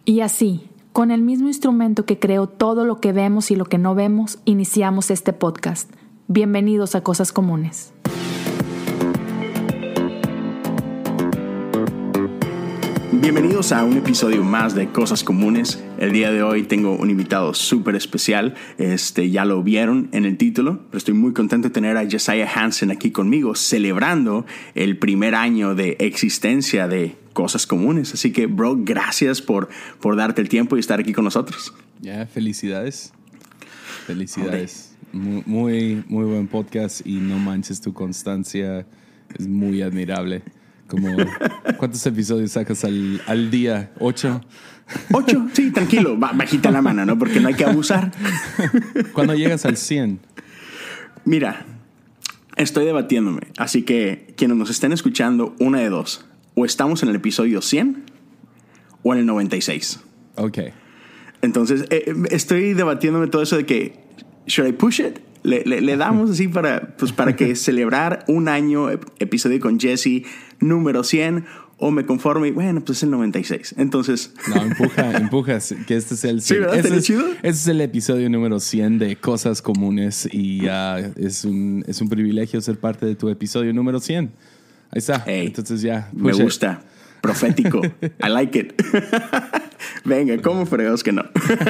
Y así, con el mismo instrumento que creó todo lo que vemos y lo que no vemos, iniciamos este podcast. Bienvenidos a Cosas Comunes. Bienvenidos a un episodio más de Cosas Comunes. El día de hoy tengo un invitado súper especial. Ya lo vieron en el título, pero estoy muy contento de tener a Josiah Hansen aquí conmigo, celebrando el primer año de existencia de Cosas Comunes. Así que, bro, gracias por darte el tiempo y estar aquí con nosotros. Felicidades. Felicidades. Muy buen podcast y no manches, tu constancia es muy admirable. ¿Cuántos episodios sacas al día? ¿8? 8, sí, tranquilo, bajita la mano, ¿no? Porque no hay que abusar. ¿Cuándo llegas al 100? Mira, estoy debatiéndome, así que quienes nos estén escuchando, una de dos, o estamos en el episodio 100 o en el 96. Ok. Entonces, estoy debatiéndome todo eso de que, ¿should I push it? Le damos así para que celebrar un año, episodio con Jesse, número 100, o me conformo y bueno, pues es el 96. Entonces... No, empujas, que este es el 100. ¿Sí, verdad? ¿Sería chido? Este es el episodio número 100 de Cosas Comunes y es un privilegio ser parte de tu episodio número 100. Ahí está. Hey, entonces ya. Me gusta. Profético. I like it. Venga, ¿cómo fregados que no?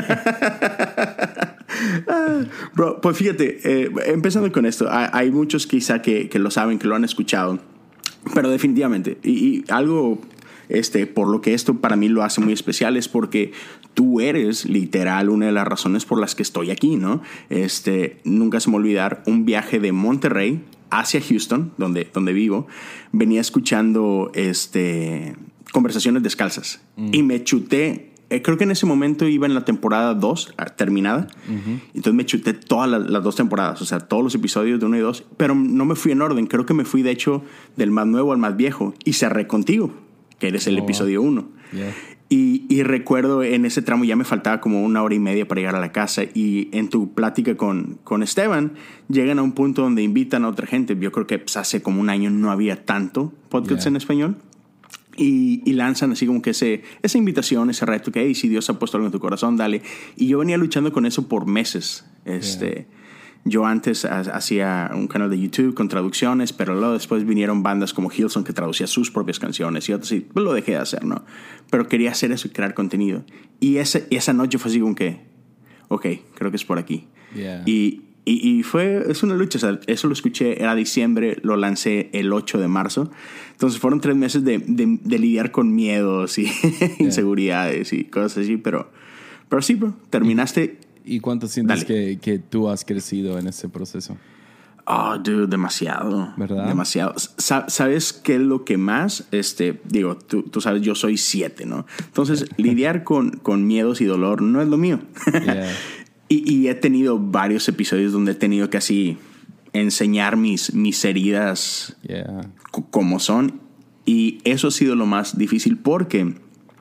Bro, pues fíjate, empezando con esto, hay muchos quizá que lo saben, que lo han escuchado, pero definitivamente, y algo por lo que esto para mí lo hace muy especial es porque tú eres literal una de las razones por las que estoy aquí, ¿no? Nunca se me va a olvidar un viaje de Monterrey hacia Houston, donde vivo. Venía escuchando conversaciones descalzas y me chuté. Creo que en ese momento iba en la temporada 2 terminada. Uh-huh. Entonces me chuté todas las 2 temporadas, o sea, todos los episodios de 1 y 2, pero no me fui en orden. Creo que me fui, de hecho, del más nuevo al más viejo y cerré contigo, que eres el episodio 1. Yeah. Y recuerdo en ese tramo ya me faltaba como 1 hora y media para llegar a la casa, y en tu plática con Esteban llegan a un punto donde invitan a otra gente. Yo creo que hace como un año no había tanto podcast en español. Y lanzan así como que esa invitación, ese reto que, hey, si Dios ha puesto algo en tu corazón, dale. Y yo venía luchando con eso por meses. Yo antes hacía un canal de YouTube con traducciones, pero luego después vinieron bandas como Hillsong que traducía sus propias canciones y otros, y pues lo dejé de hacer, ¿no? Pero quería hacer eso y crear contenido. Y esa noche fue así como que, ok, creo que es por aquí. Yeah. Y es una lucha, o sea, eso lo escuché, era diciembre, lo lancé el 8 de marzo. Entonces fueron 3 meses de lidiar con miedos y inseguridades y cosas así, pero sí, bro, terminaste. ¿Y cuánto sientes que tú has crecido en ese proceso? Oh, dude, demasiado. ¿Verdad? Demasiado. ¿Sabes qué es lo que más? Digo, tú sabes, yo soy 7, ¿no? Entonces, lidiar con miedos y dolor no es lo mío. Yeah. Y he tenido varios episodios donde he tenido que así enseñar mis heridas como son. Y eso ha sido lo más difícil porque,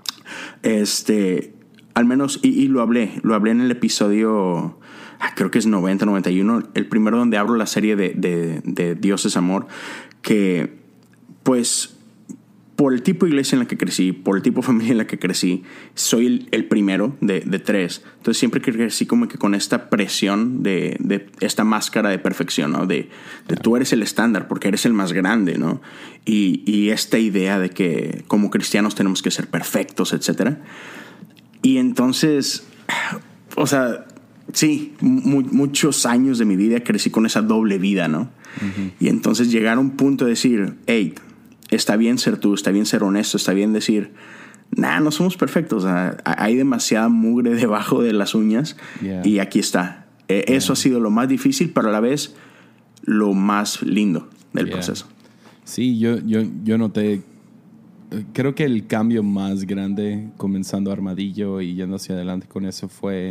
al menos, y lo hablé en el episodio, creo que es 90, 91, el primero donde abro la serie de Dios es Amor, que pues... por el tipo de iglesia en la que crecí, por el tipo de familia en la que crecí, soy el primero de 3. Entonces siempre crecí como que con esta presión de esta máscara de perfección, ¿no? De tú eres el estándar porque eres el más grande, ¿no? Y esta idea de que como cristianos tenemos que ser perfectos, etcétera. Y entonces, o sea, sí, muchos años de mi vida crecí con esa doble vida, ¿no? Uh-huh. Y entonces llegar a un punto de decir, hey, está bien ser tú, está bien ser honesto, está bien decir, no somos perfectos, o sea, hay demasiada mugre debajo de las uñas. Y aquí está. Eso ha sido lo más difícil, pero a la vez lo más lindo del proceso. Sí, yo noté, creo que el cambio más grande comenzando Armadillo y yendo hacia adelante con eso fue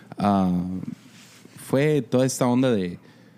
toda esta onda de...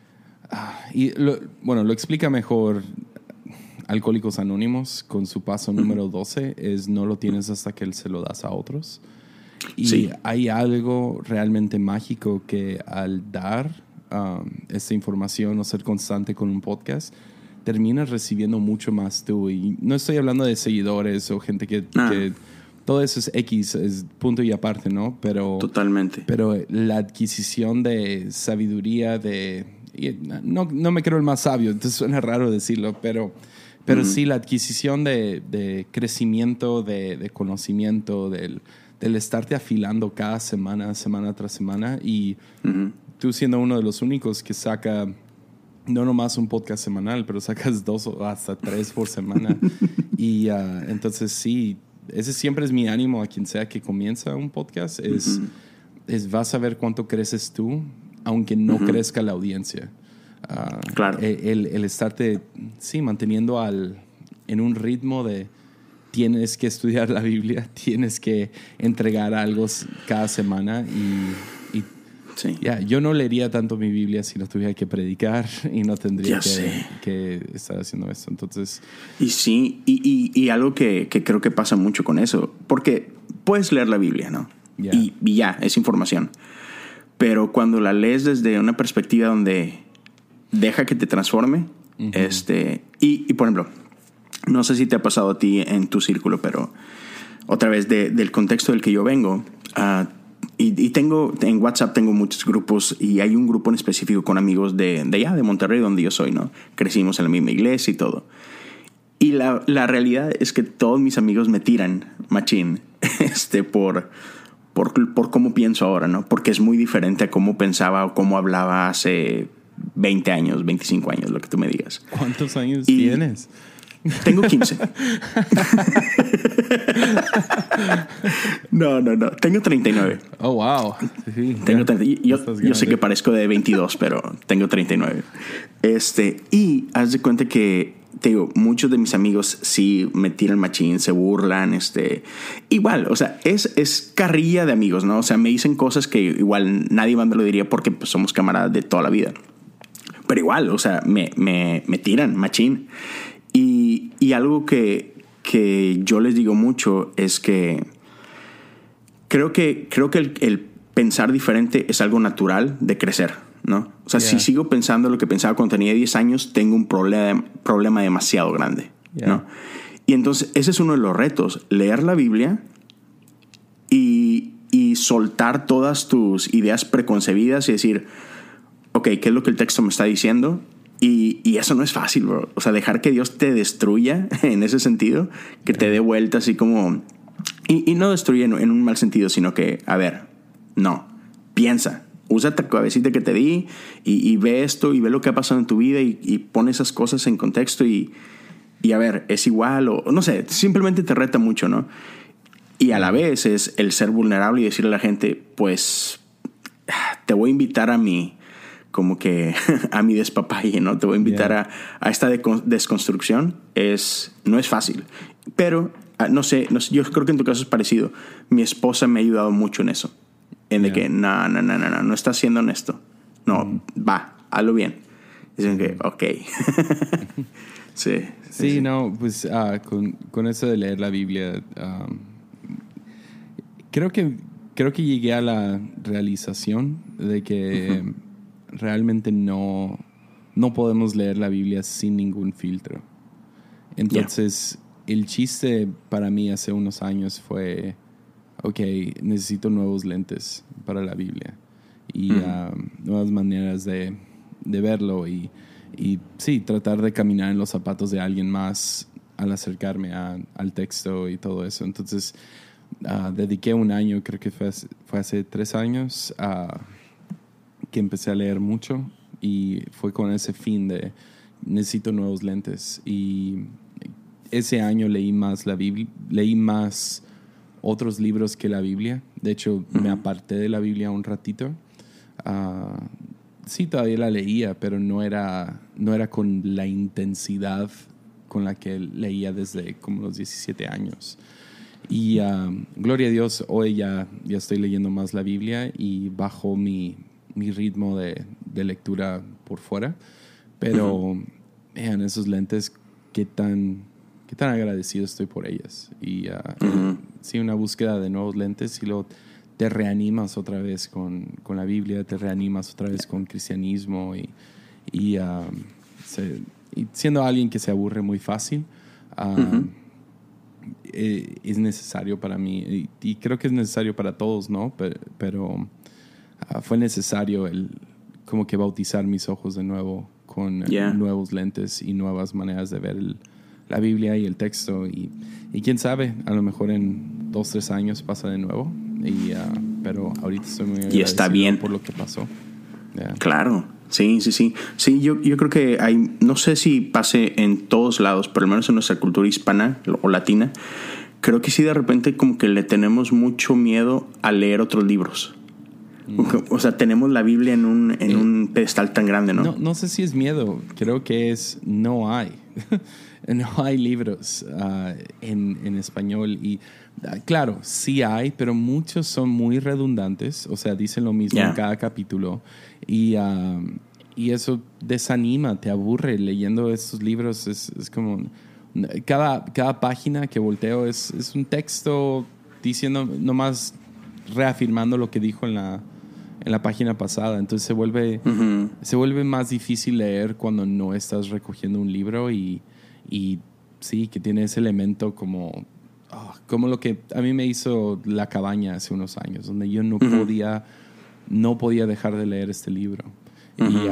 lo explica mejor Alcohólicos Anónimos con su paso número 12, es no lo tienes hasta que se lo das a otros. Y hay algo realmente mágico que al dar esta información o ser constante con un podcast, terminas recibiendo mucho más tú. Y no estoy hablando de seguidores o gente que todo eso es X, es punto y aparte, ¿no? Pero totalmente. Pero la adquisición de sabiduría, no me creo el más sabio, entonces suena raro decirlo, pero sí la adquisición de crecimiento, de conocimiento, del estarte afilando cada semana tras semana, y tú siendo uno de los únicos que saca no nomás un podcast semanal, pero sacas 2 o hasta 3 por semana. Y entonces sí, ese siempre es mi ánimo a quien sea que comienza un podcast, es vas a ver cuánto creces tú, aunque no crezca la audiencia. Claro. El estarte, sí, manteniendo en un ritmo de tienes que estudiar la Biblia, tienes que entregar algo cada semana y sí. Yo no leería tanto mi Biblia si no tuviera que predicar y no tendría que estar haciendo esto. Entonces, y sí, y algo que creo que pasa mucho con eso, porque puedes leer la Biblia, ¿no? Yeah. Y ya, es información. Pero cuando la lees desde una perspectiva donde deja que te transforme, y por ejemplo, no sé si te ha pasado a ti en tu círculo, pero otra vez del contexto del que yo vengo, y tengo en WhatsApp tengo muchos grupos, y hay un grupo en específico con amigos de allá, de Monterrey, donde yo soy, ¿no? Crecimos en la misma iglesia y todo. Y la realidad es que todos mis amigos me tiran machín por cómo pienso ahora, ¿no? Porque es muy diferente a cómo pensaba o cómo hablaba hace 20 años, 25 años, lo que tú me digas. ¿Cuántos años tienes? Tengo 15. No. Tengo 39. Oh, wow. Sí, tengo 30. Yo sé que parezco de 22, pero tengo 39. Y haz de cuenta que, te digo, muchos de mis amigos sí me tiran machín, se burlan, igual, o sea, es carrilla de amigos, ¿no? O sea, me dicen cosas que igual nadie más me lo diría porque pues, somos camaradas de toda la vida. Pero igual, o sea, me tiran machín. Y algo que yo les digo mucho es que creo que el pensar diferente es algo natural de crecer, ¿no? O sea, si sigo pensando lo que pensaba cuando tenía 10 años, tengo un problema demasiado grande, ¿no? Y entonces ese es uno de los retos, leer la Biblia y soltar todas tus ideas preconcebidas y decir, ok, ¿qué es lo que el texto me está diciendo? Y eso no es fácil, bro. O sea, dejar que Dios te destruya en ese sentido, que te dé vuelta así como... Y no destruye en un mal sentido, sino que, a ver, no, piensa. Usa la cabecita que te di y ve esto y ve lo que ha pasado en tu vida y pone esas cosas en contexto y a ver, es igual o no sé, simplemente te reta mucho, ¿no? Y a la vez es el ser vulnerable y decirle a la gente, pues, te voy a invitar a mi... como que a mi despapalle, ¿no? Te voy a invitar a esta desconstrucción. No es fácil. Pero, no sé, yo creo que en tu caso es parecido. Mi esposa me ha ayudado mucho en eso. De que, no estás siendo honesto. No, va, hazlo bien. Dicen que, ok. Sí. No, pues con eso de leer la Biblia, creo que llegué a la realización de que... realmente no podemos leer la Biblia sin ningún filtro. Entonces, el chiste para mí hace unos años fue, ok, necesito nuevos lentes para la Biblia y nuevas maneras de verlo y sí, tratar de caminar en los zapatos de alguien más al acercarme al texto y todo eso. Entonces, dediqué un año, creo que fue hace 3 años, que empecé a leer mucho y fue con ese fin de necesito nuevos lentes. Y ese año leí más la Biblia, leí más otros libros que la Biblia. De hecho, me aparté de la Biblia un ratito. Sí, todavía la leía, pero no era con la intensidad con la que leía desde como los 17 años. Y gloria a Dios, hoy ya estoy leyendo más la Biblia y bajo mi ritmo de lectura por fuera, pero vean esos lentes, qué tan agradecido estoy por ellas. Y sí, una búsqueda de nuevos lentes y luego te reanimas otra vez con la Biblia, te reanimas otra vez con cristianismo y siendo alguien que se aburre muy fácil, es necesario para mí y creo que es necesario para todos, ¿no? Pero fue necesario como que bautizar mis ojos de nuevo con nuevos lentes y nuevas maneras de ver la Biblia y el texto y quién sabe, a lo mejor en 2-3 años pasa de nuevo pero ahorita estoy muy agradecido está bien por lo que pasó. Claro, sí, yo creo que no sé si pase en todos lados, pero al menos en nuestra cultura hispana o latina, creo que sí de repente como que le tenemos mucho miedo a leer otros libros. O sea, tenemos la Biblia en un pedestal tan grande, ¿no? No sé si es miedo, creo que no hay. No hay libros en español y claro, sí hay, pero muchos son muy redundantes, o sea, dicen lo mismo en cada capítulo y eso desanima, te aburre leyendo estos libros, es como cada página que volteo es un texto diciendo, nomás reafirmando lo que dijo en la página pasada, entonces se vuelve más difícil leer cuando no estás recogiendo un libro y sí, que tiene ese elemento como lo que a mí me hizo La Cabaña hace unos años, donde yo no podía dejar de leer este libro. Y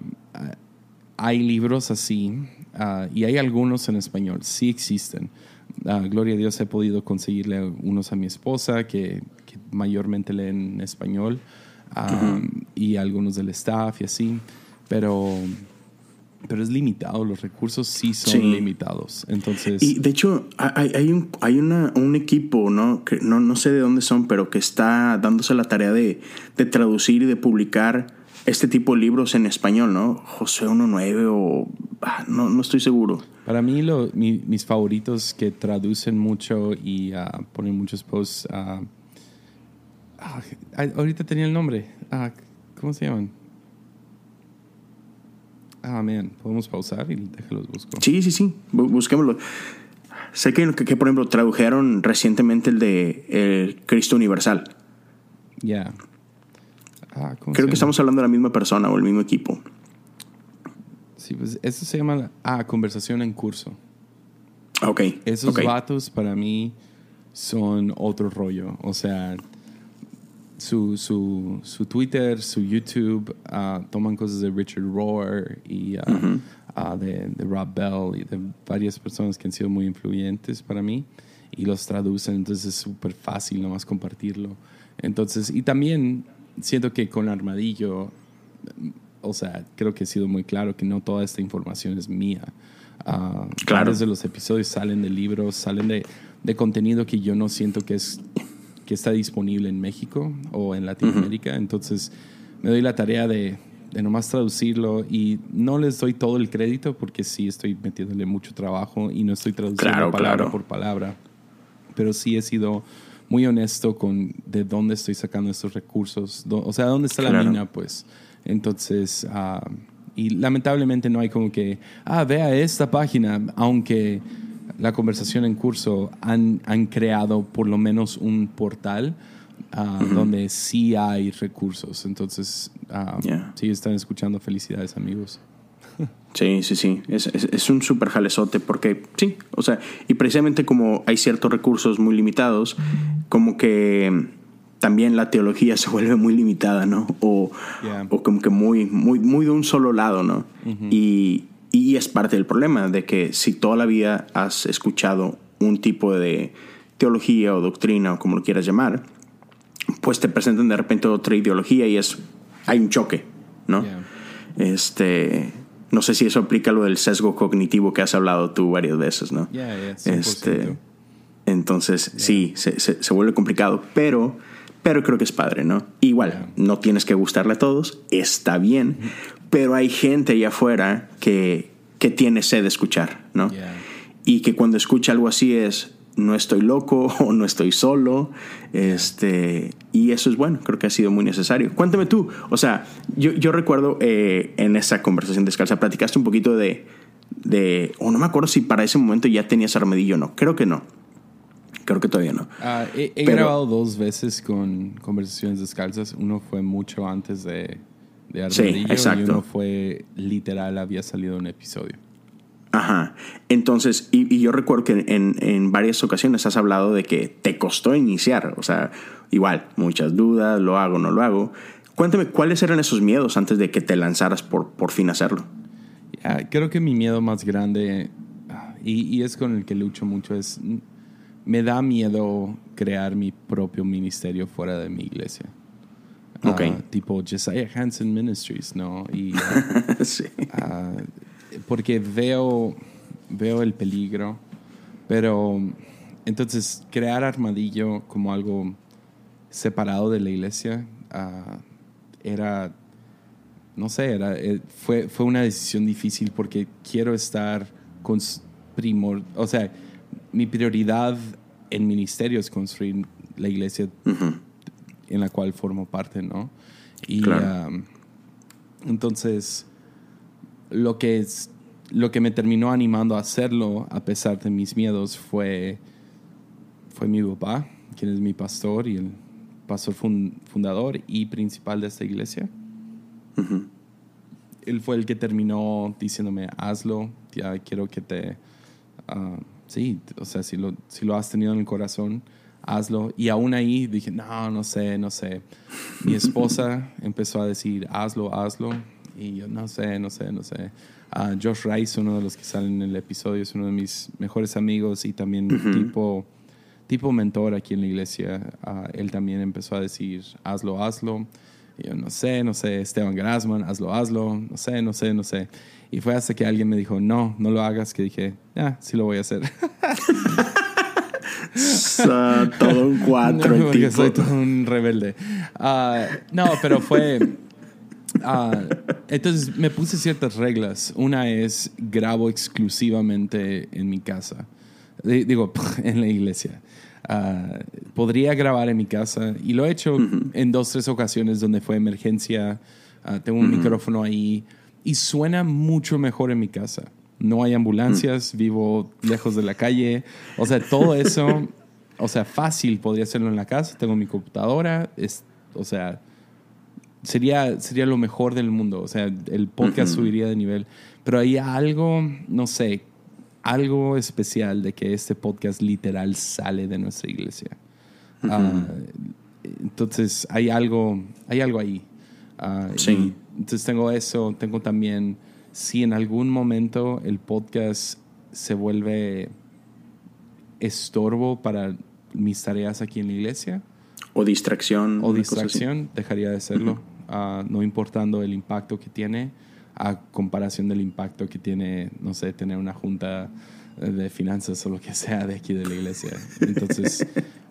hay libros así, y hay algunos en español, sí existen. Gloria a Dios, he podido conseguirle unos a mi esposa que mayormente leen en español, y algunos del staff y así, pero es limitado, los recursos sí son limitados. Entonces, y de hecho hay un equipo, ¿no? Que no sé de dónde son, pero que está dándose la tarea de traducir y de publicar este tipo de libros en español, ¿no? Josué 1.9 o no estoy seguro. Para mí mis favoritos que traducen mucho y ponen muchos posts, ahorita tenía el nombre, ¿cómo se llaman? podemos pausar y déjalos busco. Sí, busquémoslo. Sé que por ejemplo tradujeron recientemente el de el Cristo Universal. Ya. Creo que estamos hablando de la misma persona o el mismo equipo. Sí, pues eso se llama Conversación en Curso. Ok. Esos vatos para mí son otro rollo. O sea, su Twitter, su YouTube, toman cosas de Richard Rohr y de Rob Bell y de varias personas que han sido muy influyentes para mí y los traducen, entonces es súper fácil nomás compartirlo. Entonces, y también siento que con Armadillo, o sea, creo que he sido muy claro que no toda esta información es mía. Claro. Varios de los episodios salen de libros, salen de contenido que yo no siento que está disponible en México o en Latinoamérica. Entonces me doy la tarea de nomás traducirlo y no les doy todo el crédito porque sí estoy metiéndole mucho trabajo y no estoy traduciendo palabra por palabra, pero sí he sido muy honesto con de dónde estoy sacando estos recursos, o sea, dónde está la mina, pues. Entonces, y lamentablemente no hay como que, vea esta página, aunque la Conversación en Curso han creado por lo menos un portal donde sí hay recursos. Entonces, si están escuchando, felicidades, amigos. Sí. Es un súper jalezote porque, sí, o sea, y precisamente como hay ciertos recursos muy limitados, como que también la teología se vuelve muy limitada, ¿no? O como que muy de un solo lado, ¿no? Y es parte del problema de que si toda la vida has escuchado un tipo de teología o doctrina o como lo quieras llamar, pues te presentan de repente otra ideología y hay un choque, ¿no? No sé si eso aplica lo del sesgo cognitivo que has hablado tú varias veces, ¿no? 100%. Entonces, sí, se vuelve complicado, pero creo que es padre, ¿no? Igual, no tienes que gustarle a todos, está bien, pero hay gente allá afuera que tiene sed de escuchar, ¿no? Y que cuando escucha algo así no estoy loco o no estoy solo, y eso es bueno, creo que ha sido muy necesario. Cuéntame tú, o sea, yo recuerdo en esa conversación descalza platicaste un poquito o no me acuerdo si para ese momento ya tenías Armadillo o no, creo que no. Creo que todavía no. He grabado 2 veces con Conversaciones Descalzas. Uno fue mucho antes de Armadillo, y uno fue literal, había salido un episodio. Ajá. Entonces, y yo recuerdo que en varias ocasiones has hablado de que te costó iniciar. O sea, igual, muchas dudas, lo hago, no lo hago. Cuéntame, ¿cuáles eran esos miedos antes de que te lanzaras por fin a hacerlo? Creo que mi miedo más grande, y es con el que lucho mucho, es me da miedo crear mi propio ministerio fuera de mi iglesia. Okay. Tipo Josiah Hansen Ministries, ¿no? Y, sí. Porque veo el peligro, pero entonces crear Armadillo como algo separado de la iglesia era, no sé, fue una decisión difícil porque quiero estar o sea, mi prioridad en ministerio es construir la iglesia en la cual formo parte, ¿no? Y claro. Entonces lo que me terminó animando a hacerlo a pesar de mis miedos fue mi papá, quien es mi pastor y el pastor fundador y principal de esta iglesia. Uh-huh. Él fue el que terminó diciéndome, hazlo, ya quiero que sí, o sea, si lo has tenido en el corazón, hazlo. Y aún ahí dije, no sé. Mi esposa empezó a decir, hazlo. Y yo, no sé. Josh Rice, uno de los que salen en el episodio, es uno de mis mejores amigos y también tipo mentor aquí en la iglesia. Él también empezó a decir, hazlo. Y yo, no sé. Esteban Grassman, hazlo. No sé. Y fue hasta que alguien me dijo, no lo hagas, que dije, sí lo voy a hacer. Todo un 4. No, porque soy todo un rebelde. Pero fue... entonces me puse ciertas reglas. Una es, grabo exclusivamente en mi casa. Digo, en la iglesia. Podría grabar en mi casa y lo he hecho en 2-3 ocasiones donde fue emergencia. Tengo un micrófono ahí y suena mucho mejor en mi casa. No hay ambulancias, vivo lejos de la calle. O sea, todo eso, o sea, fácil podría hacerlo en la casa. Tengo mi computadora, o sea, sería lo mejor del mundo. O sea, el podcast subiría de nivel. Pero hay algo, no sé, algo especial de que este podcast literal sale de nuestra iglesia. Entonces, hay algo ahí. Sí. Entonces tengo eso, tengo también, si en algún momento el podcast se vuelve estorbo para mis tareas aquí en la iglesia. O distracción, dejaría de hacerlo, no importando el impacto que tiene, a comparación del impacto que tiene, no sé, tener una junta de finanzas o lo que sea de aquí de la iglesia. Entonces,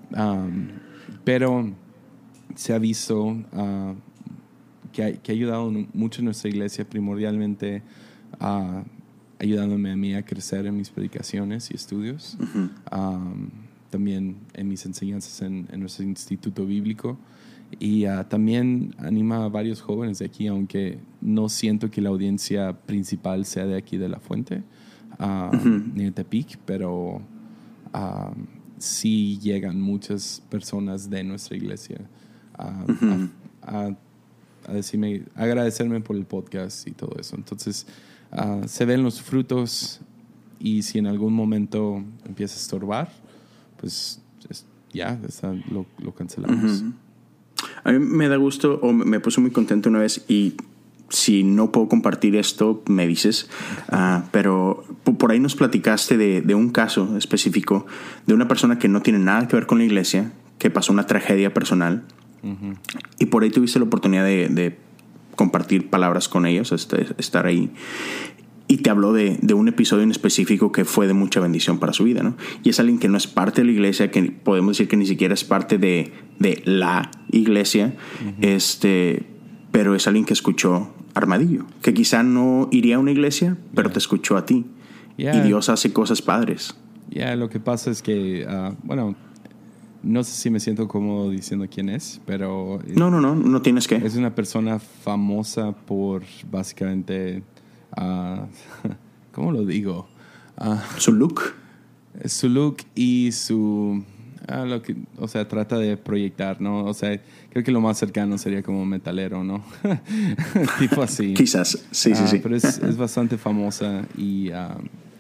pero se ha visto que ha ayudado mucho en nuestra iglesia, primordialmente ayudándome a mí a crecer en mis predicaciones y estudios. También en mis enseñanzas en nuestro instituto bíblico. Y también anima a varios jóvenes de aquí, aunque no siento que la audiencia principal sea de aquí de La Fuente, ni de Tepic, pero sí llegan muchas personas de nuestra iglesia a decirme, agradecerme por el podcast y todo eso. Entonces, se ven los frutos y si en algún momento empieza a estorbar, pues lo cancelamos. A mí me da gusto, o me puso muy contento una vez, y si no puedo compartir esto, me dices, pero por ahí nos platicaste de un caso específico de una persona que no tiene nada que ver con la iglesia, que pasó una tragedia personal, y por ahí tuviste la oportunidad de compartir palabras con ellos, estar ahí. Y te habló de un episodio en específico que fue de mucha bendición para su vida, ¿no? Y es alguien que no es parte de la iglesia, que podemos decir que ni siquiera es parte de la iglesia, pero es alguien que escuchó Armadillo, que quizá no iría a una iglesia, pero te escuchó a ti. Y Dios hace cosas padres. Lo que pasa es que, no sé si me siento cómodo diciendo quién es, pero... No tienes que. Es una persona famosa por básicamente... ¿cómo lo digo? Su look. Su look y su... trata de proyectar, ¿no? O sea, creo que lo más cercano sería como metalero, ¿no? Tipo así. Quizás, sí. Pero es bastante famosa y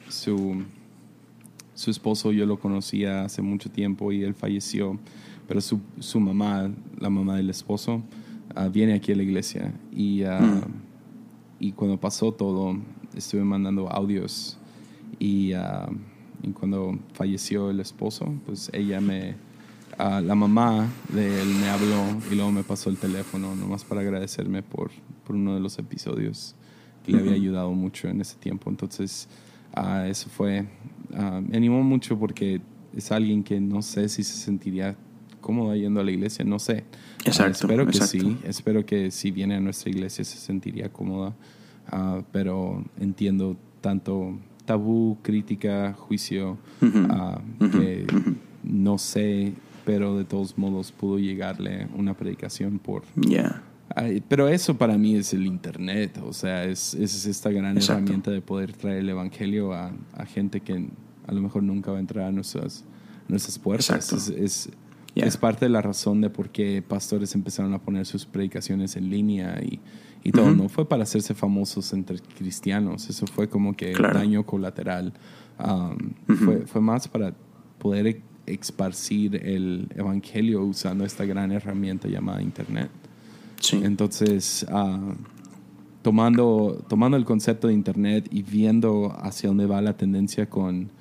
su esposo yo lo conocía hace mucho tiempo y él falleció, pero su mamá, la mamá del esposo, viene aquí a la iglesia y cuando pasó todo estuve mandando audios y cuando falleció el esposo, pues ella la mamá de él me habló y luego me pasó el teléfono nomás para agradecerme por uno de los episodios que le había ayudado mucho en ese tiempo. Entonces eso me animó mucho porque es alguien que no sé si se sentiría cómodo yendo a la iglesia, no sé. Exacto. Espero que si viene a nuestra iglesia se sentiría cómoda, pero entiendo tanto tabú, crítica, juicio, que no sé, pero de todos modos pudo llegarle una predicación por... pero eso para mí es el internet, o sea, es esta gran herramienta de poder traer el evangelio a gente que a lo mejor nunca va a entrar a nuestras puertas. Es parte de la razón de por qué pastores empezaron a poner sus predicaciones en línea y todo. No fue para hacerse famosos entre cristianos, eso fue como que daño colateral. Fue más para poder esparcir el evangelio usando esta gran herramienta llamada internet. Sí. Entonces, tomando el concepto de internet y viendo hacia dónde va la tendencia con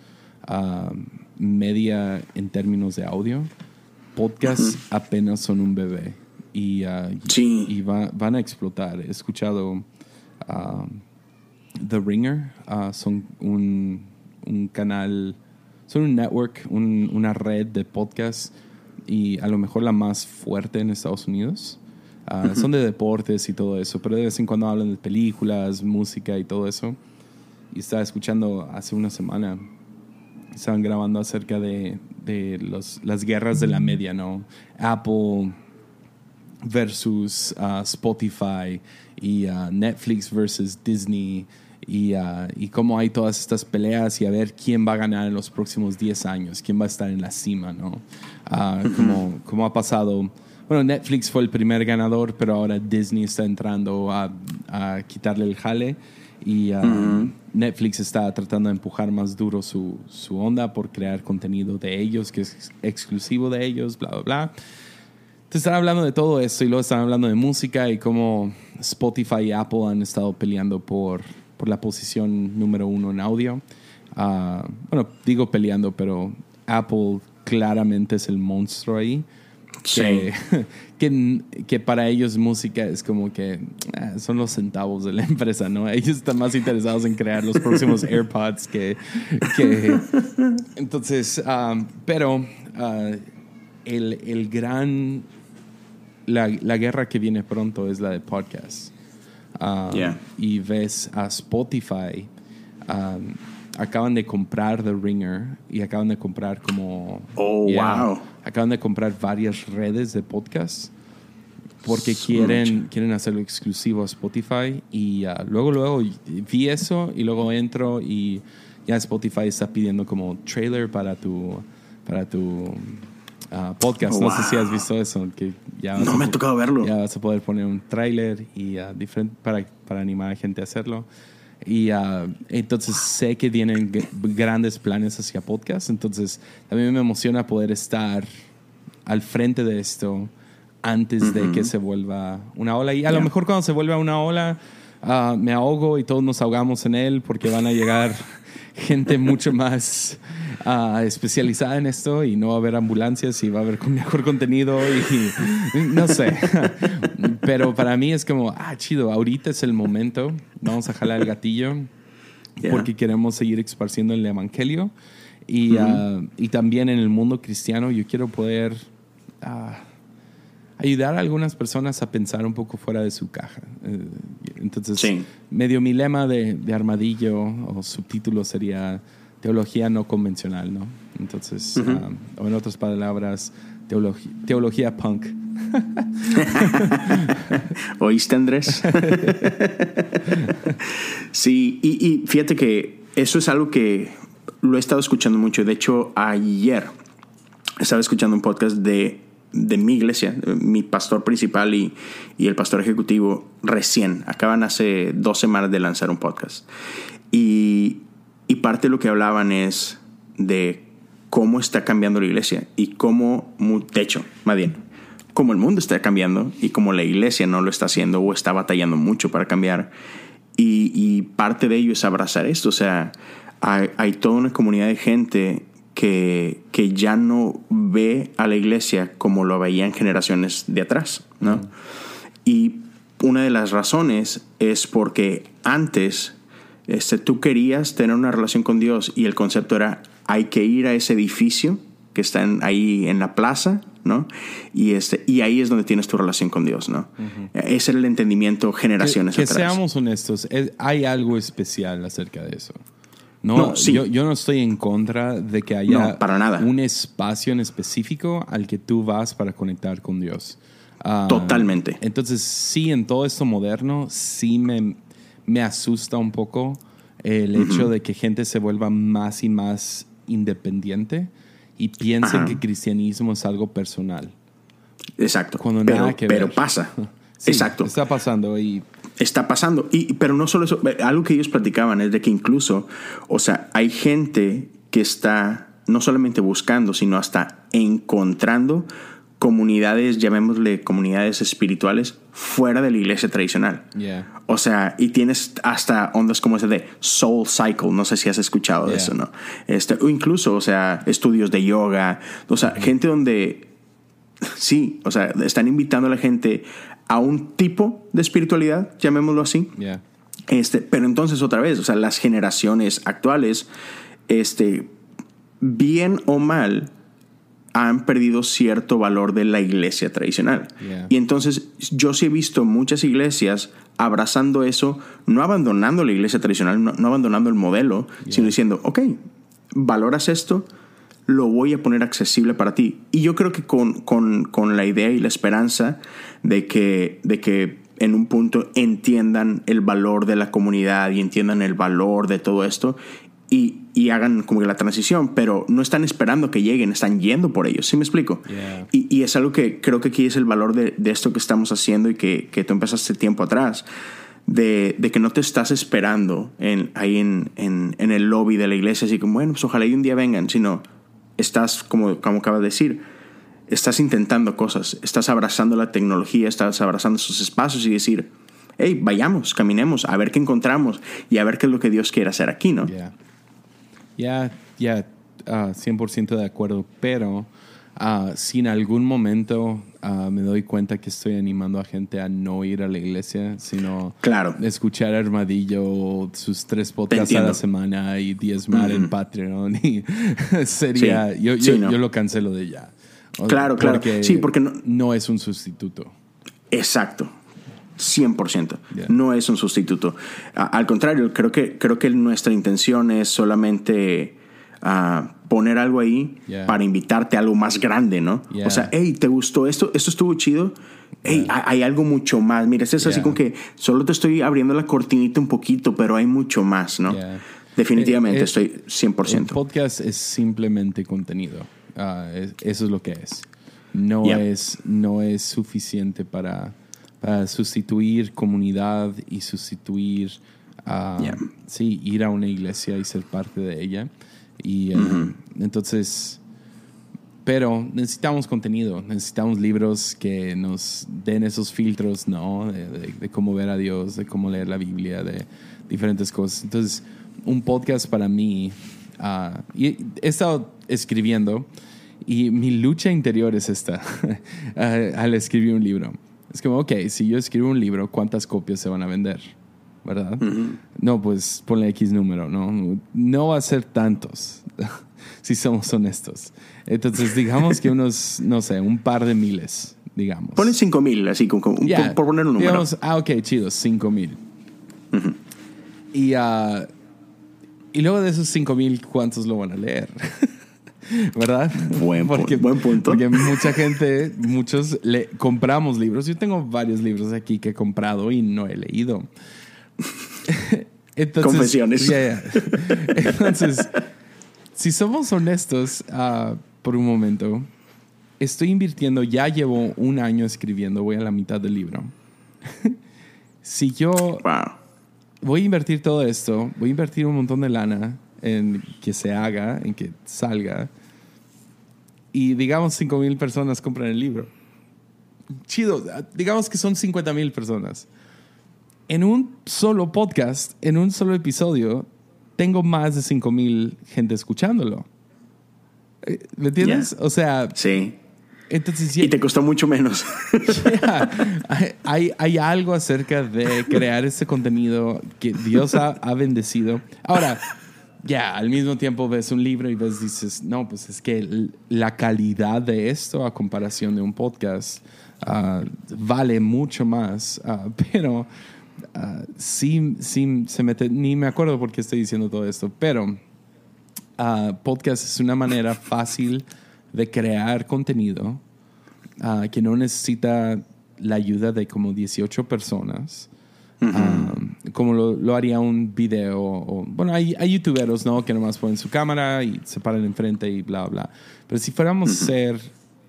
media en términos de audio, podcasts apenas son un bebé y van a explotar. He escuchado The Ringer, son un canal, son un network, una red de podcasts y a lo mejor la más fuerte en Estados Unidos. Son de deportes y todo eso, pero de vez en cuando hablan de películas, música y todo eso. Y estaba escuchando hace una semana, estaban grabando acerca de las guerras de la media, ¿no? Apple versus Spotify y Netflix versus Disney y cómo hay todas estas peleas y a ver quién va a ganar en los próximos 10 años, quién va a estar en la cima, ¿no? Como ha pasado. Bueno, Netflix fue el primer ganador, pero ahora Disney está entrando a quitarle el jale y Netflix está tratando de empujar más duro su onda por crear contenido de ellos, que es exclusivo de ellos, bla, bla, bla. Entonces están hablando de todo esto y luego están hablando de música y cómo Spotify y Apple han estado peleando por la posición número 1 en audio. Bueno, digo peleando, pero Apple claramente es el monstruo ahí. Sí. Que para ellos música es como que son los centavos de la empresa, ¿no? Ellos están más interesados en crear los próximos AirPods que entonces, pero la guerra que viene pronto es la de podcasts. Y ves a Spotify, acaban de comprar The Ringer y acaban de comprar wow. Acaban de comprar varias redes de podcasts porque quieren hacerlo exclusivo a Spotify y luego vi eso y luego entro y ya Spotify está pidiendo como trailer para tu podcast. No sé si has visto eso, que ya no me ha tocado verlo. Ya vas a poder poner un trailer y para animar a gente a hacerlo. Y entonces sé que tienen grandes planes hacia podcast. Entonces también me emociona poder estar al frente de esto antes de que se vuelva una ola. Y a lo mejor cuando se vuelva una ola me ahogo y todos nos ahogamos en él porque van a llegar gente mucho más especializada en esto y no va a haber ambulancias y va a haber mejor contenido y no sé. Pero para mí es como, chido, ahorita es el momento. Vamos a jalar el gatillo porque queremos seguir esparciendo el evangelio y también en el mundo cristiano yo quiero poder ayudar a algunas personas a pensar un poco fuera de su caja. Entonces, medio mi lema de armadillo o subtítulo sería teología no convencional, ¿no? Entonces, o en otras palabras, teología punk. ¿Oíste, Andrés? Sí, y fíjate que eso es algo que lo he estado escuchando mucho. De hecho, ayer estaba escuchando un podcast de mi iglesia, mi pastor principal y el pastor ejecutivo acaban hace 2 semanas de lanzar un podcast y Y parte de lo que hablaban es de cómo está cambiando la iglesia y cómo, de hecho, más bien, cómo el mundo está cambiando y cómo la iglesia no lo está haciendo o está batallando mucho para cambiar. Y parte de ello es abrazar esto. O sea, hay toda una comunidad de gente que ya no ve a la iglesia como lo veían generaciones de atrás, ¿no? Y una de las razones es porque antes tú querías tener una relación con Dios y el concepto era hay que ir a ese edificio que está ahí en la plaza, ¿no? Y ahí es donde tienes tu relación con Dios, ¿no? Ese era el entendimiento generaciones atrás. Que seamos honestos, hay algo especial acerca de eso. No, sí. Yo no estoy en contra de que haya para nada. Un espacio en específico al que tú vas para conectar con Dios. Totalmente. Entonces, sí, en todo esto moderno, sí me asusta un poco el hecho de que gente se vuelva más y más independiente y piensen que cristianismo es algo personal. Exacto. Cuando nada que ver. Pero pasa. Sí, exacto. Está pasando y... Está pasando. Pero no solo eso. Algo que ellos platicaban es de que incluso, o sea, hay gente que está no solamente buscando, sino hasta encontrando comunidades, llamémosle comunidades espirituales, fuera de la iglesia tradicional. Yeah. O sea, y tienes hasta ondas como ese de Soul Cycle. No sé si has escuchado de eso, ¿no? O incluso, o sea, estudios de yoga. O sea, gente donde... Sí, o sea, están invitando a la gente a un tipo de espiritualidad, llamémoslo así. Yeah. Pero entonces otra vez, o sea, las generaciones actuales, bien o mal, han perdido cierto valor de la iglesia tradicional. Yeah. Y entonces yo sí he visto muchas iglesias abrazando eso, no abandonando la iglesia tradicional, no abandonando el modelo, sino diciendo, ok, valoras esto, lo voy a poner accesible para ti. Y yo creo que con la idea y la esperanza de que en un punto entiendan el valor de la comunidad y entiendan el valor de todo esto y hagan como que la transición, pero no están esperando que lleguen, están yendo por ellos. ¿Sí me explico? Yeah. Y es algo que creo que aquí es el valor de esto que estamos haciendo y que tú empezaste tiempo atrás, de que no te estás esperando ahí en el lobby de la iglesia, así como, bueno, pues ojalá y un día vengan, sino estás, como acabas de decir, estás intentando cosas, estás abrazando la tecnología, estás abrazando esos espacios y decir, hey, vayamos, caminemos, a ver qué encontramos y a ver qué es lo que Dios quiere hacer aquí, ¿no? Ya, 100% de acuerdo, pero si en algún momento me doy cuenta que estoy animando a gente a no ir a la iglesia, sino escuchar a Armadillo, sus 3 podcasts a la semana y diezmar en Patreon, y sería, yo lo cancelo de ya. Claro. Sí, porque no es un sustituto. Exacto. 100%. Yeah. No es un sustituto. Al contrario, creo que nuestra intención es solamente poner algo ahí para invitarte a algo más grande, ¿no? O sea, hey, ¿te gustó esto? ¿Esto estuvo chido? Hey, hay algo mucho más. Mira, es así como que solo te estoy abriendo la cortinita un poquito, pero hay mucho más, ¿no? Definitivamente estoy 100%. El podcast es simplemente contenido. Eso es lo que es. No es suficiente para sustituir comunidad y sustituir ir a una iglesia y ser parte de ella. Y entonces, pero necesitamos contenido, necesitamos libros que nos den esos filtros, ¿no? De cómo ver a Dios, de cómo leer la Biblia, de diferentes cosas. Entonces, un podcast para mí, y he estado escribiendo y mi lucha interior es esta al escribir un libro. Es como, ok, si yo escribo un libro, ¿cuántas copias se van a vender? ¿Verdad? No, pues ponle X número, no va a ser tantos, si somos honestos. Entonces, digamos que unos, no sé, un par de miles, digamos. Ponle 5,000, así como por poner un número. Digamos, ok, chido, 5,000. Y luego de esos 5,000, ¿cuántos lo van a leer? ¿Verdad? Buen punto. Porque mucha gente, muchos compramos libros. Yo tengo varios libros aquí que he comprado y no he leído. Entonces, confesiones. Entonces, si somos honestos por un momento, estoy invirtiendo, ya llevo 1 año escribiendo, voy a la mitad del libro. Si yo voy a invertir todo esto, voy a invertir un montón de lana en que se haga, en que salga, y digamos 5,000 personas compran el libro. Chido, digamos que son 50,000 personas. En un solo podcast, en un solo episodio, tengo más de 5,000 gente escuchándolo. ¿Me entiendes? Yeah. O sea... Sí. Entonces, y te costó mucho menos. Yeah. Hay algo acerca de crear ese contenido que Dios ha bendecido. Ahora, al mismo tiempo ves un libro y dices, no, pues es que la calidad de esto a comparación de un podcast vale mucho más. Pero sí se mete, ni me acuerdo por qué estoy diciendo todo esto, pero podcast es una manera fácil de crear contenido que no necesita la ayuda de como 18 personas. Como lo haría un video. Bueno, hay youtuberos, ¿no? Que nomás ponen su cámara y se paran enfrente y bla, bla. Pero si fuéramos a hacer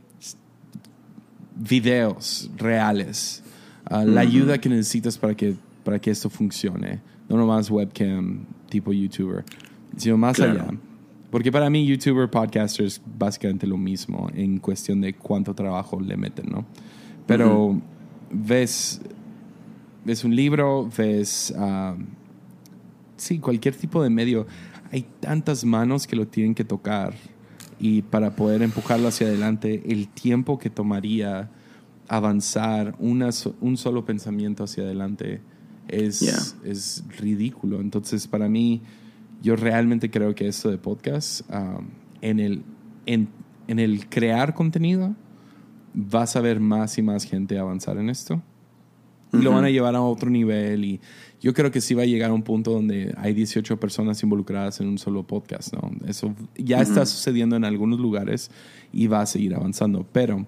videos reales, la ayuda que necesitas para que esto funcione, no nomás webcam tipo youtuber, sino más allá. Porque para mí YouTuber, podcaster es básicamente lo mismo en cuestión de cuánto trabajo le meten, ¿no? Pero ves un libro, ves cualquier tipo de medio. Hay tantas manos que lo tienen que tocar, y para poder empujarlo hacia adelante, el tiempo que tomaría avanzar un solo pensamiento hacia adelante es ridículo. Entonces, para mí, yo realmente creo que esto de podcast, en el crear contenido, vas a ver más y más gente avanzar en esto. Y lo van a llevar a otro nivel. Y yo creo que sí va a llegar a un punto donde hay 18 personas involucradas en un solo podcast, ¿no? Eso ya está sucediendo en algunos lugares y va a seguir avanzando. Pero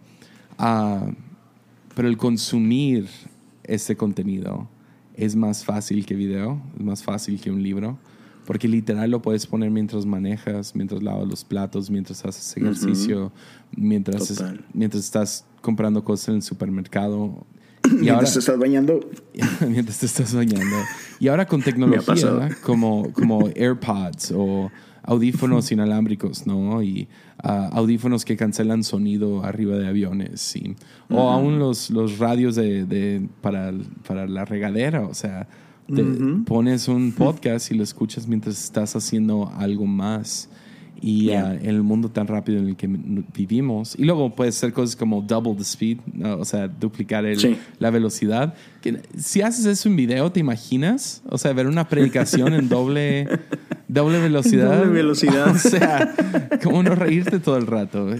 el consumir este contenido es más fácil que video, es más fácil que un libro. Porque literal lo puedes poner mientras manejas, mientras lavas los platos, mientras haces ejercicio, mientras estás comprando cosas en el supermercado. Mientras te estás bañando. Mientras te estás bañando. Y ahora con tecnología como AirPods o audífonos inalámbricos, ¿no? Y audífonos que cancelan sonido arriba de aviones. ¿Sí? O aún los radios para la regadera, o sea... Te pones un podcast y lo escuchas mientras estás haciendo algo más. Y en el mundo tan rápido en el que vivimos. Y luego puedes hacer cosas como double the speed, ¿no? O sea, duplicar la velocidad. Que, si haces eso en video, ¿te imaginas? O sea, ver una predicación en doble velocidad. Doble velocidad. O sea, como no reírte todo el rato.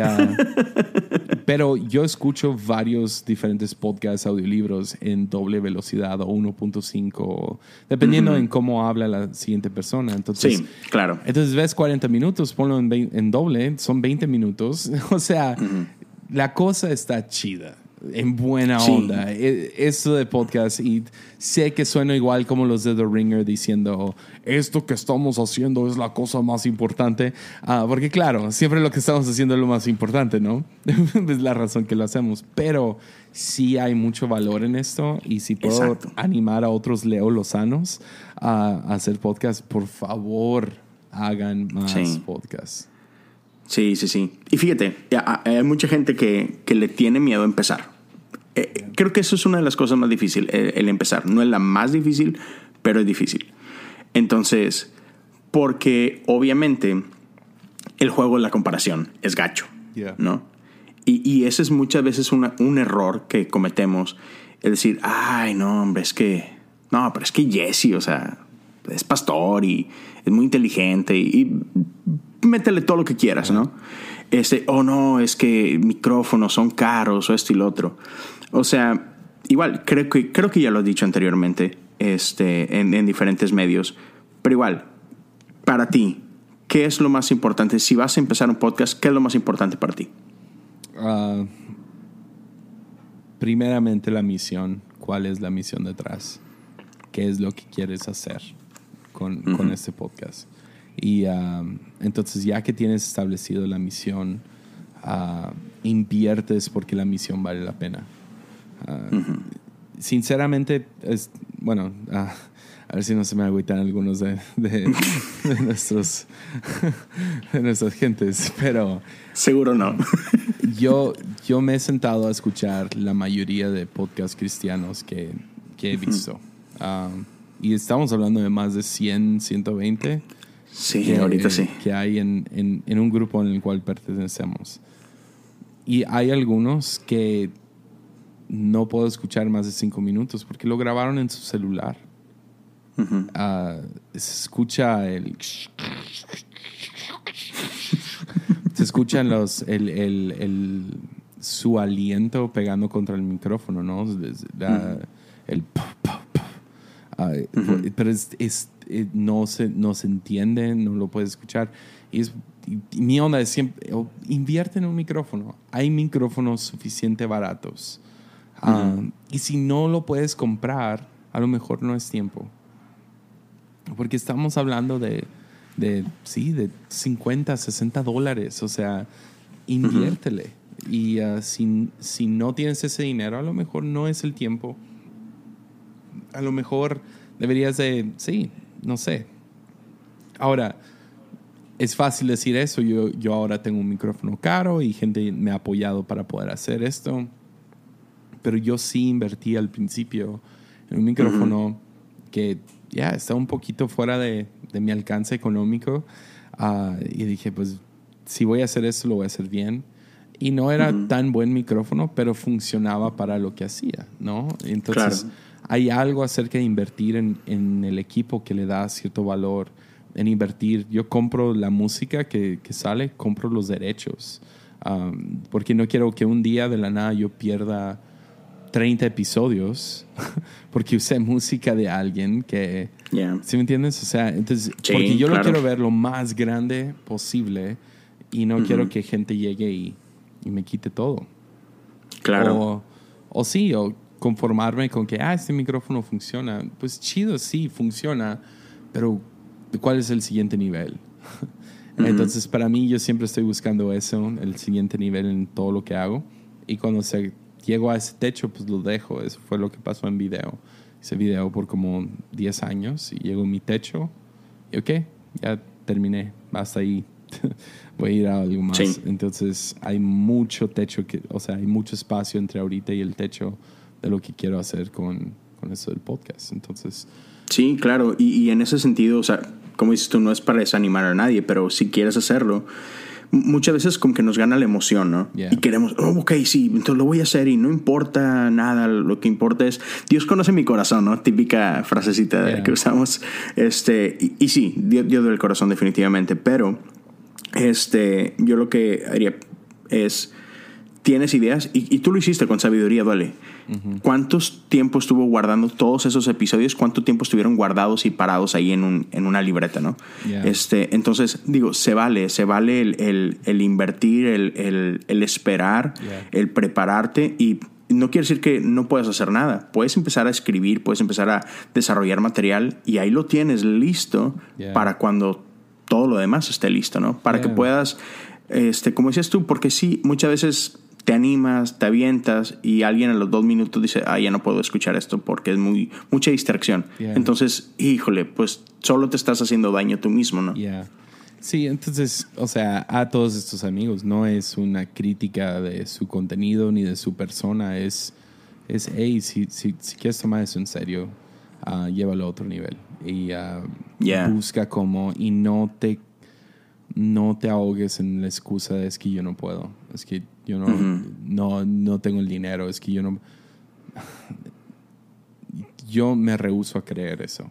Pero yo escucho varios diferentes podcasts, audiolibros en doble velocidad o 1.5, dependiendo en cómo habla la siguiente persona. Entonces, sí, claro. Entonces ves 40 minutos, ponlo en doble, son 20 minutos. O sea, la cosa está chida. En buena onda. Esto de podcast, y sé que suena igual como los de The Ringer diciendo esto que estamos haciendo es la cosa más importante, porque claro, siempre lo que estamos haciendo es lo más importante, ¿no? Es la razón que lo hacemos, pero sí hay mucho valor en esto, y si puedo animar a otros Leo Lozanos a hacer podcast, por favor hagan más podcasts. Sí. Y fíjate, hay mucha gente que le tiene miedo a empezar. Creo que eso es una de las cosas más difíciles, el empezar. No es la más difícil, pero es difícil. Entonces, porque obviamente el juego de la comparación es gacho, ¿no? Y ese es muchas veces un error que cometemos. Es decir, ay, no, hombre, pero es que Jesse, o sea, es pastor y es muy inteligente y métele todo lo que quieras, ¿no? No, es que micrófonos son caros o esto y lo otro. O sea, igual, creo que ya lo has dicho anteriormente en diferentes medios, pero igual, para ti, ¿qué es lo más importante? Si vas a empezar un podcast, ¿qué es lo más importante para ti? Primeramente la misión. ¿Cuál es la misión detrás? ¿Qué es lo que quieres hacer con este podcast? Y entonces, ya que tienes establecido la misión, inviertes porque la misión vale la pena. Sinceramente, bueno, a ver si no se me agüitan algunos de nuestros de nuestras gentes, pero seguro no. yo me he sentado a escuchar la mayoría de podcasts cristianos que he visto. Y estamos hablando de más de 100, 120. Sí, ahorita sí. Que hay en un grupo en el cual pertenecemos. Y hay algunos que no puedo escuchar más de 5 minutos porque lo grabaron en su celular. Se escucha se escuchan su aliento pegando contra el micrófono, ¿no? El pero no se entiende, no lo puedes escuchar. Y mi onda es siempre, invierte en un micrófono. Hay micrófonos suficientemente baratos. Y si no lo puedes comprar, a lo mejor no es tiempo. Porque estamos hablando de 50, $60. O sea, inviértele. Y si no tienes ese dinero, a lo mejor no es el tiempo. A lo mejor deberías no sé. Ahora, es fácil decir eso. Yo ahora tengo un micrófono caro y gente me ha apoyado para poder hacer esto. Pero yo sí invertí al principio en un micrófono que está un poquito fuera de mi alcance económico. Y dije, pues, si voy a hacer esto, lo voy a hacer bien. Y no era tan buen micrófono, pero funcionaba para lo que hacía, ¿no? Entonces, hay algo acerca de invertir en el equipo que le da cierto valor. En invertir, yo compro la música que sale, compro los derechos. Porque no quiero que un día de la nada yo pierda 30 episodios porque usé música de alguien que... ¿Sí me entiendes? O sea, entonces, porque yo lo quiero ver lo más grande posible y no quiero que gente llegue y me quite todo. Claro. O conformarme con que este micrófono funciona. Pues chido, sí, funciona, pero ¿cuál es el siguiente nivel? Entonces, para mí, yo siempre estoy buscando eso, el siguiente nivel en todo lo que hago. Y cuando llego a ese techo, pues lo dejo. Eso fue lo que pasó en video. Hice video por como 10 años y llegó a mi techo. Y ya terminé. Hasta ahí. Voy a ir a algo más. Sí. Entonces, hay mucho techo, hay mucho espacio entre ahorita y el techo de lo que quiero hacer con eso del podcast. Entonces... Sí, claro. Y en ese sentido, o sea, como dices tú, no es para desanimar a nadie, pero si quieres hacerlo, muchas veces como que nos gana la emoción, ¿no? Y queremos, sí, entonces lo voy a hacer y no importa nada, lo que importa es, Dios conoce mi corazón, ¿no? Típica frasecita que usamos. Y sí, Dios del corazón definitivamente, pero yo lo que haría es, tienes ideas y tú lo hiciste con sabiduría, Duele. ¿Cuántos tiempo estuvo guardando todos esos episodios? ¿Cuánto tiempo estuvieron guardados y parados ahí en una libreta, no? Entonces, digo, se vale el invertir, el esperar, el prepararte, y no quiere decir que no puedas hacer nada. Puedes empezar a escribir, puedes empezar a desarrollar material y ahí lo tienes listo para cuando todo lo demás esté listo, ¿no? Para que puedas, como decías tú, porque sí, muchas veces te animas, te avientas y alguien a los 2 minutos dice, ya no puedo escuchar esto porque es mucha distracción. Entonces, híjole, pues solo te estás haciendo daño tú mismo, ¿no? Sí, entonces, o sea, a todos estos amigos no es una crítica de su contenido ni de su persona, es hey, si quieres tomar eso en serio, llévalo a otro nivel y busca cómo, y no te ahogues en la excusa de es que yo no puedo, es que yo no tengo el dinero, es que yo me rehúso a creer eso,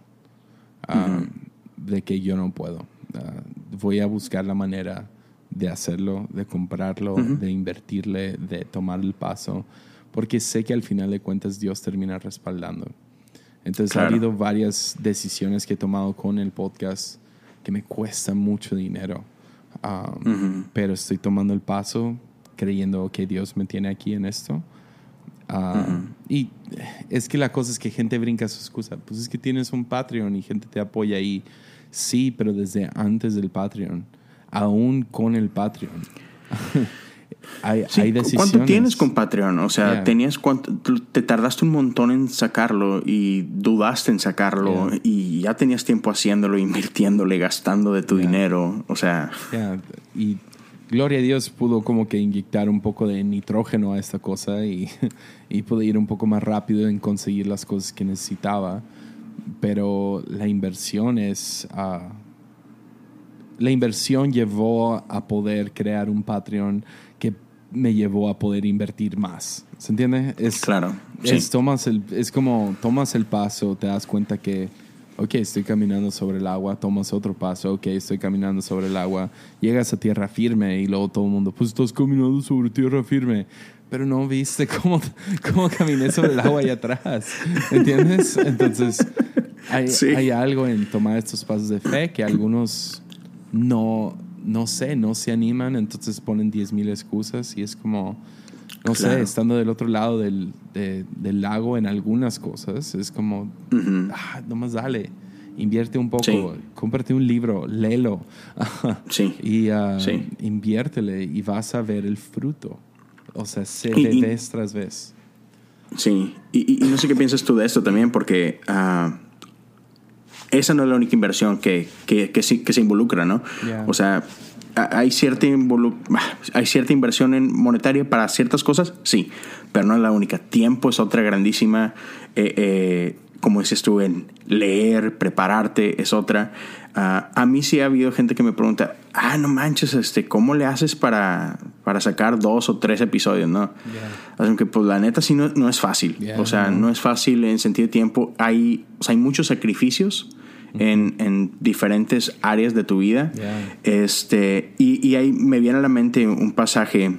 de que yo no puedo. Voy a buscar la manera de hacerlo, de comprarlo, de invertirle, de tomar el paso, porque sé que al final de cuentas Dios termina respaldando. Entonces ha habido varias decisiones que he tomado con el podcast que me cuestan mucho dinero, pero estoy tomando el paso creyendo que Dios me tiene aquí en esto. Y es que la cosa es que gente brinca su excusa. Pues es que tienes un Patreon y gente te apoya ahí. Sí, pero desde antes del Patreon, aún con el Patreon, hay decisiones. ¿Cuánto tienes con Patreon? O sea, te tardaste un montón en sacarlo y dudaste en sacarlo y ya tenías tiempo haciéndolo, invirtiéndole, gastando de tu dinero. O sea... Y gloria a Dios pudo como que inyectar un poco de nitrógeno a esta cosa y pude ir un poco más rápido en conseguir las cosas que necesitaba. Pero la inversión la inversión llevó a poder crear un Patreon que me llevó a poder invertir más. ¿Se entiende? Claro. Es como tomas el paso, te das cuenta que ok, estoy caminando sobre el agua, tomas otro paso, ok, estoy caminando sobre el agua, llegas a tierra firme y luego todo el mundo, pues estás caminando sobre tierra firme, pero no viste cómo caminé sobre el agua allá atrás, ¿entiendes? Entonces hay algo en tomar estos pasos de fe que algunos no se animan, entonces ponen 10,000 excusas y es como... No sé, estando del otro lado del lago en algunas cosas, es como, nomás dale, invierte un poco, cómprate un libro, léelo, y inviértele y vas a ver el fruto. O sea, se ve vez tras vez. Sí, y no sé qué piensas tú de esto también, porque esa no es la única inversión que se involucra, ¿no? Yeah. O sea... ¿Hay cierta inversión en monetaria para ciertas cosas? Sí, pero no es la única. Tiempo es otra grandísima, como dices tú, en leer, prepararte es otra. A mí sí ha habido gente que me pregunta, no manches, ¿cómo le haces para sacar 2 o 3 episodios? ¿No? Yeah. Aunque pues la neta sí no es fácil. Yeah, o sea, no es fácil en sentido de tiempo. Hay muchos sacrificios en diferentes áreas de tu vida. Y ahí me viene a la mente un pasaje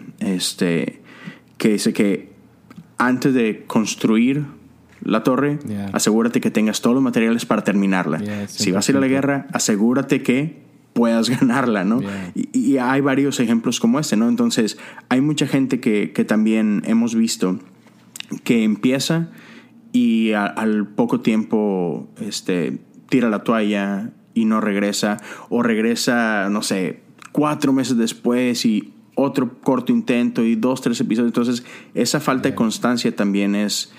que dice que antes de construir la torre, asegúrate que tengas todos los materiales para terminarla. Si vas a ir a la guerra, asegúrate que puedas ganarla, ¿no? Y hay varios ejemplos como este, ¿no? Entonces hay mucha gente que también hemos visto que empieza y al poco tiempo tira la toalla y no regresa, o regresa, no sé, 4 meses después y otro corto intento y 2, 3 episodios. Entonces esa falta de constancia también es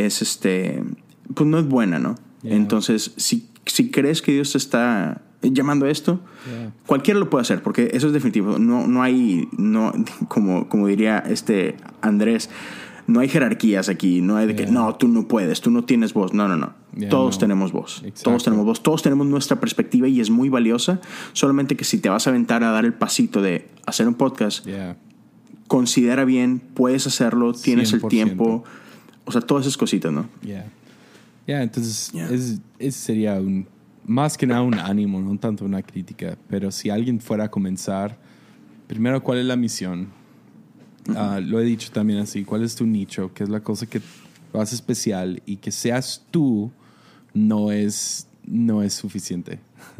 pues no es buena, ¿no? Entonces si crees que Dios te está llamando a esto, cualquiera lo puede hacer, porque eso es definitivo. No hay como diría Andrés, no hay jerarquías aquí, no hay de que no, tú no puedes, tú no tienes voz. No. Todos tenemos voz. Exacto. Todos tenemos voz, todos tenemos nuestra perspectiva y es muy valiosa. Solamente que si te vas a aventar a dar el pasito de hacer un podcast, considera bien, puedes hacerlo, tienes 100%. El tiempo, o sea, todas esas cositas, ¿no? Entonces ese sería más que nada un ánimo, no tanto una crítica. Pero si alguien fuera a comenzar, primero, ¿cuál es la misión? Lo he dicho también así, ¿cuál es tu nicho? ¿Qué es la cosa que lo hace especial? Y que seas tú no es suficiente.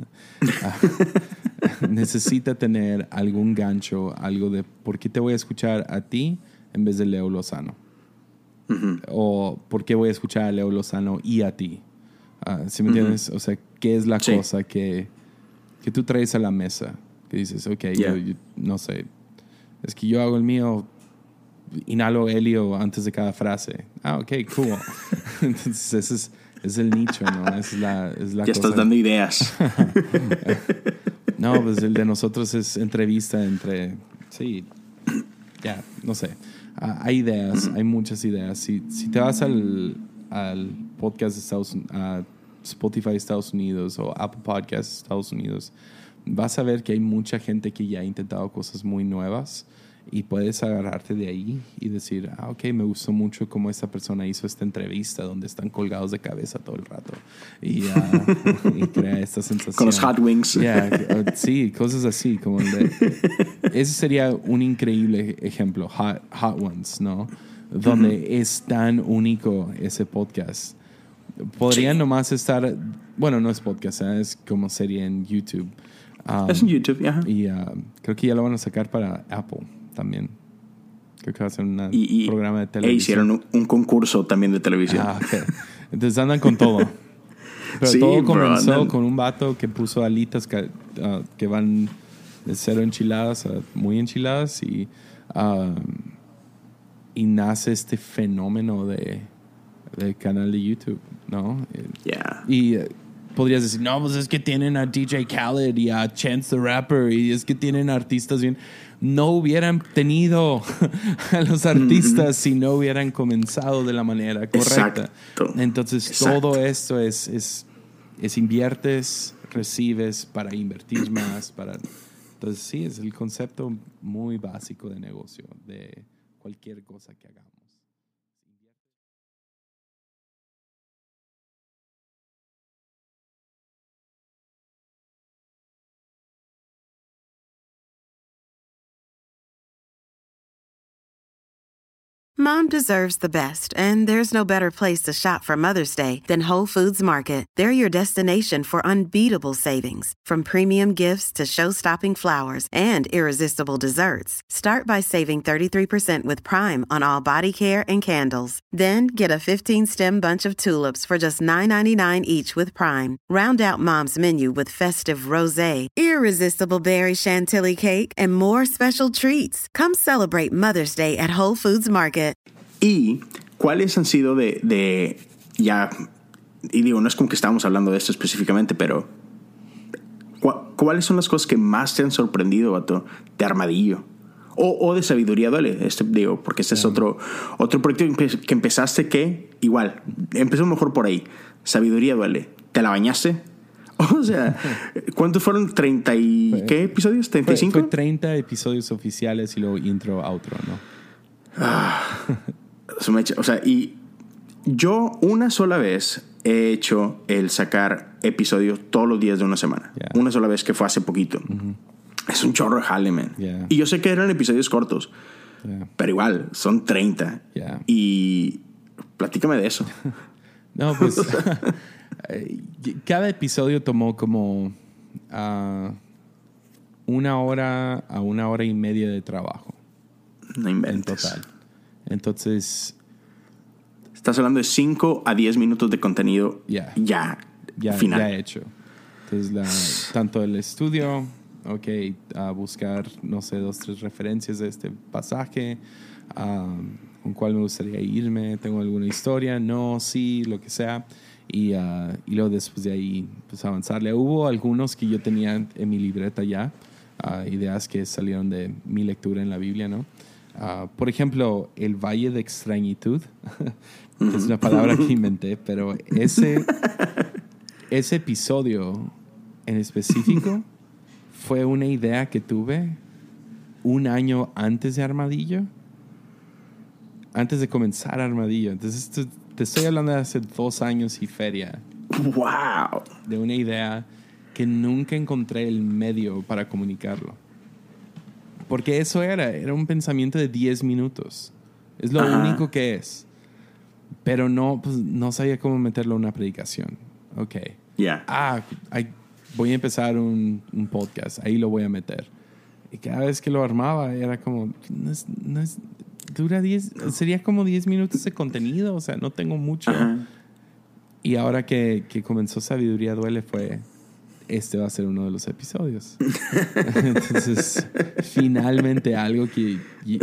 Necesita tener algún gancho, algo de ¿por qué te voy a escuchar a ti en vez de Leo Lozano? O ¿por qué voy a escuchar a Leo Lozano y a ti? ¿Sí me entiendes? O sea, ¿qué es la cosa que tú traes a la mesa? Que dices, ok, yo no sé, es que yo hago el mío, inhalo helio antes de cada frase. Ok, cool. Entonces ese es el nicho, ¿no? Es la ya cosa. Estás dando ideas. No, pues el de nosotros es entrevista entre... Sí, no sé. Hay ideas, hay muchas ideas. Si te vas al podcast de Spotify Estados Unidos o Apple Podcasts Estados Unidos, vas a ver que hay mucha gente que ya ha intentado cosas muy nuevas y puedes agarrarte de ahí y decir, ok, me gustó mucho cómo esta persona hizo esta entrevista donde están colgados de cabeza todo el rato y crea esta sensación. Con los hot wings. Sí, cosas así. Ese sería un increíble ejemplo, Hot Ones, ¿no? Donde es tan único ese podcast. Podrían nomás estar, bueno, no es podcast, es como serie en YouTube. Es en YouTube, Y creo que ya lo van a sacar para Apple también. Creo que va a ser un programa de televisión. Hicieron un concurso también de televisión. Okay. Entonces andan con todo. Pero todo comenzó con un vato que puso alitas que van de 0 enchiladas a muy enchiladas y Y nace este fenómeno del canal de YouTube, ¿no? Yeah. Y podrías decir, no, pues es que tienen a DJ Khaled y a Chance the Rapper y es que tienen artistas bien. No hubieran tenido a los artistas si no hubieran comenzado de la manera correcta. Exacto. Entonces, todo esto es inviertes, recibes para invertir más. Entonces, sí, es el concepto muy básico de negocio, de cualquier cosa que hagamos. Mom deserves the best, and there's no better place to shop for Mother's Day than Whole Foods Market. They're your destination for unbeatable savings, from premium gifts to show-stopping flowers and irresistible desserts. Start by saving 33% with Prime on all body care and candles. Then get a 15-stem bunch of tulips for just $9.99 each with Prime. Round out Mom's menu with festive rosé, irresistible berry chantilly cake, and more special treats. Come celebrate Mother's Day at Whole Foods Market. ¿Y cuáles han sido de ya, y digo, no es como que estábamos hablando de esto específicamente, pero ¿cuáles son las cosas que más te han sorprendido, vato, de Armadillo? O de Sabiduría Duele, digo, porque este es otro proyecto que empezaste que, igual, empezó mejor por ahí. Sabiduría Duele. ¿Te la bañaste? O sea, ¿cuántos fueron? ¿30 y qué episodios? ¿35? Fue 30 episodios oficiales y luego intro, outro, ¿no? O sea, y yo una sola vez he hecho el sacar episodios todos los días de una semana. Yeah. Una sola vez que fue hace poquito. Es un chorro de jale, man. Yeah. Y yo sé que eran episodios cortos, pero igual, son 30. Yeah. Y platícame de eso. No, pues cada episodio tomó como 1 hora a 1 hora y media de trabajo. No inventes. En total. Entonces, estás hablando de 5 a 10 minutos de contenido ya final. Ya hecho. Entonces, tanto el estudio, a buscar, no sé, 2, 3 referencias de este pasaje, con cuál me gustaría irme, tengo alguna historia, no, sí, lo que sea. Y luego después de ahí, pues avanzarle. Hubo algunos que yo tenía en mi libreta ya, ideas que salieron de mi lectura en la Biblia, ¿no? Por ejemplo, el Valle de Extrañitud, que es una palabra que inventé, pero ese episodio en específico fue una idea que tuve 1 año antes de Armadillo, antes de comenzar Armadillo. Entonces, te estoy hablando de hace 2 años y feria. ¡Wow! De una idea que nunca encontré el medio para comunicarlo. Porque eso era un pensamiento de 10 minutos. Es lo único que es. Pero no sabía cómo meterlo en una predicación. Ok. Yeah. Voy a empezar un podcast. Ahí lo voy a meter. Y cada vez que lo armaba era como... dura 10... Sería como 10 minutos de contenido. O sea, no tengo mucho. Y ahora que comenzó Sabiduría Duele fue... Este va a ser uno de los episodios. Entonces, finalmente algo que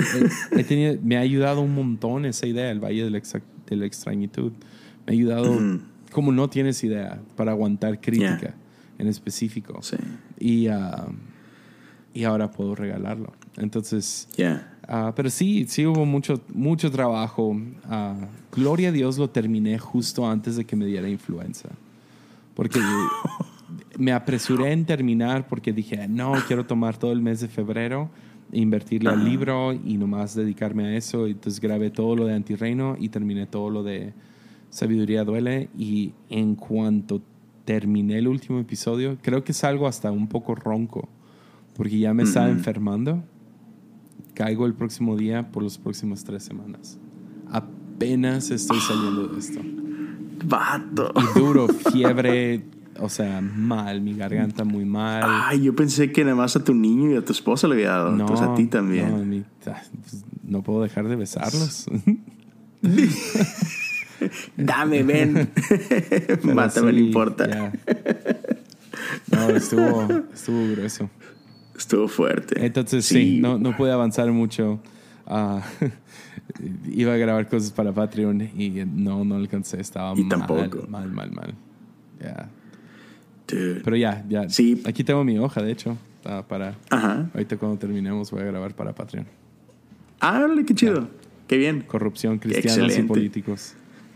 me ha ayudado un montón esa idea, el Valle de la Extrañitud. Me ha ayudado, como no tienes idea, para aguantar crítica en específico. Sí. Y ahora puedo regalarlo. Entonces, pero sí hubo mucho trabajo. Gloria a Dios lo terminé justo antes de que me diera influenza. Porque... me apresuré en terminar porque dije, no, quiero tomar todo el mes de febrero, invertirle al libro y nomás dedicarme a eso. Entonces grabé todo lo de Antirreino y terminé todo lo de Sabiduría Duele. Y en cuanto terminé el último episodio, creo que salgo hasta un poco ronco porque ya me estaba enfermando. Caigo el próximo día por los próximos 3 semanas. Apenas estoy saliendo de esto. Vato. Y duro, fiebre... O sea, mal, mi garganta muy mal. Ay, yo pensé que nada más a tu niño y a tu esposa le había dado. No, entonces a ti también. No puedo dejar de besarlos. Dame, ven. Mátame, no importa. Yeah. No, estuvo grueso. Estuvo fuerte. Entonces sí, no pude avanzar mucho. Iba a grabar cosas para Patreon y no alcancé. Estaba mal. Yeah. Dude. Pero ya. Sí. Aquí tengo mi hoja, de hecho. Para Ajá. ahorita cuando terminemos voy a grabar para Patreon. Órale, qué chido. Qué bien. Corrupción, cristianos Excelente. y políticos.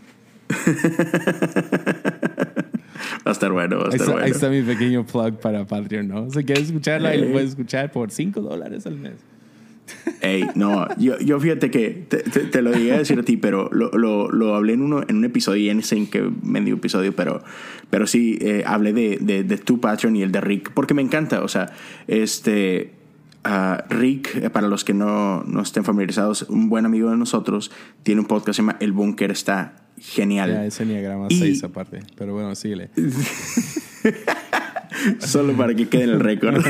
Va a estar bueno, bueno. Ahí está mi pequeño plug para Patreon, ¿no? Si quieres escucharla, lo puedes escuchar por $5 al mes. Ey, no, yo fíjate que te lo llegué a decir a ti, pero lo hablé en un episodio, en ese medio episodio, pero sí hablé de tu Patreon y el de Rick, porque me encanta, o sea, Rick, para los que no estén familiarizados, un buen amigo de nosotros, tiene un podcast que se llama El Búnker, está genial. Ya, es Enneagrama 6 aparte, pero bueno, síguele. Solo para que quede en el récord.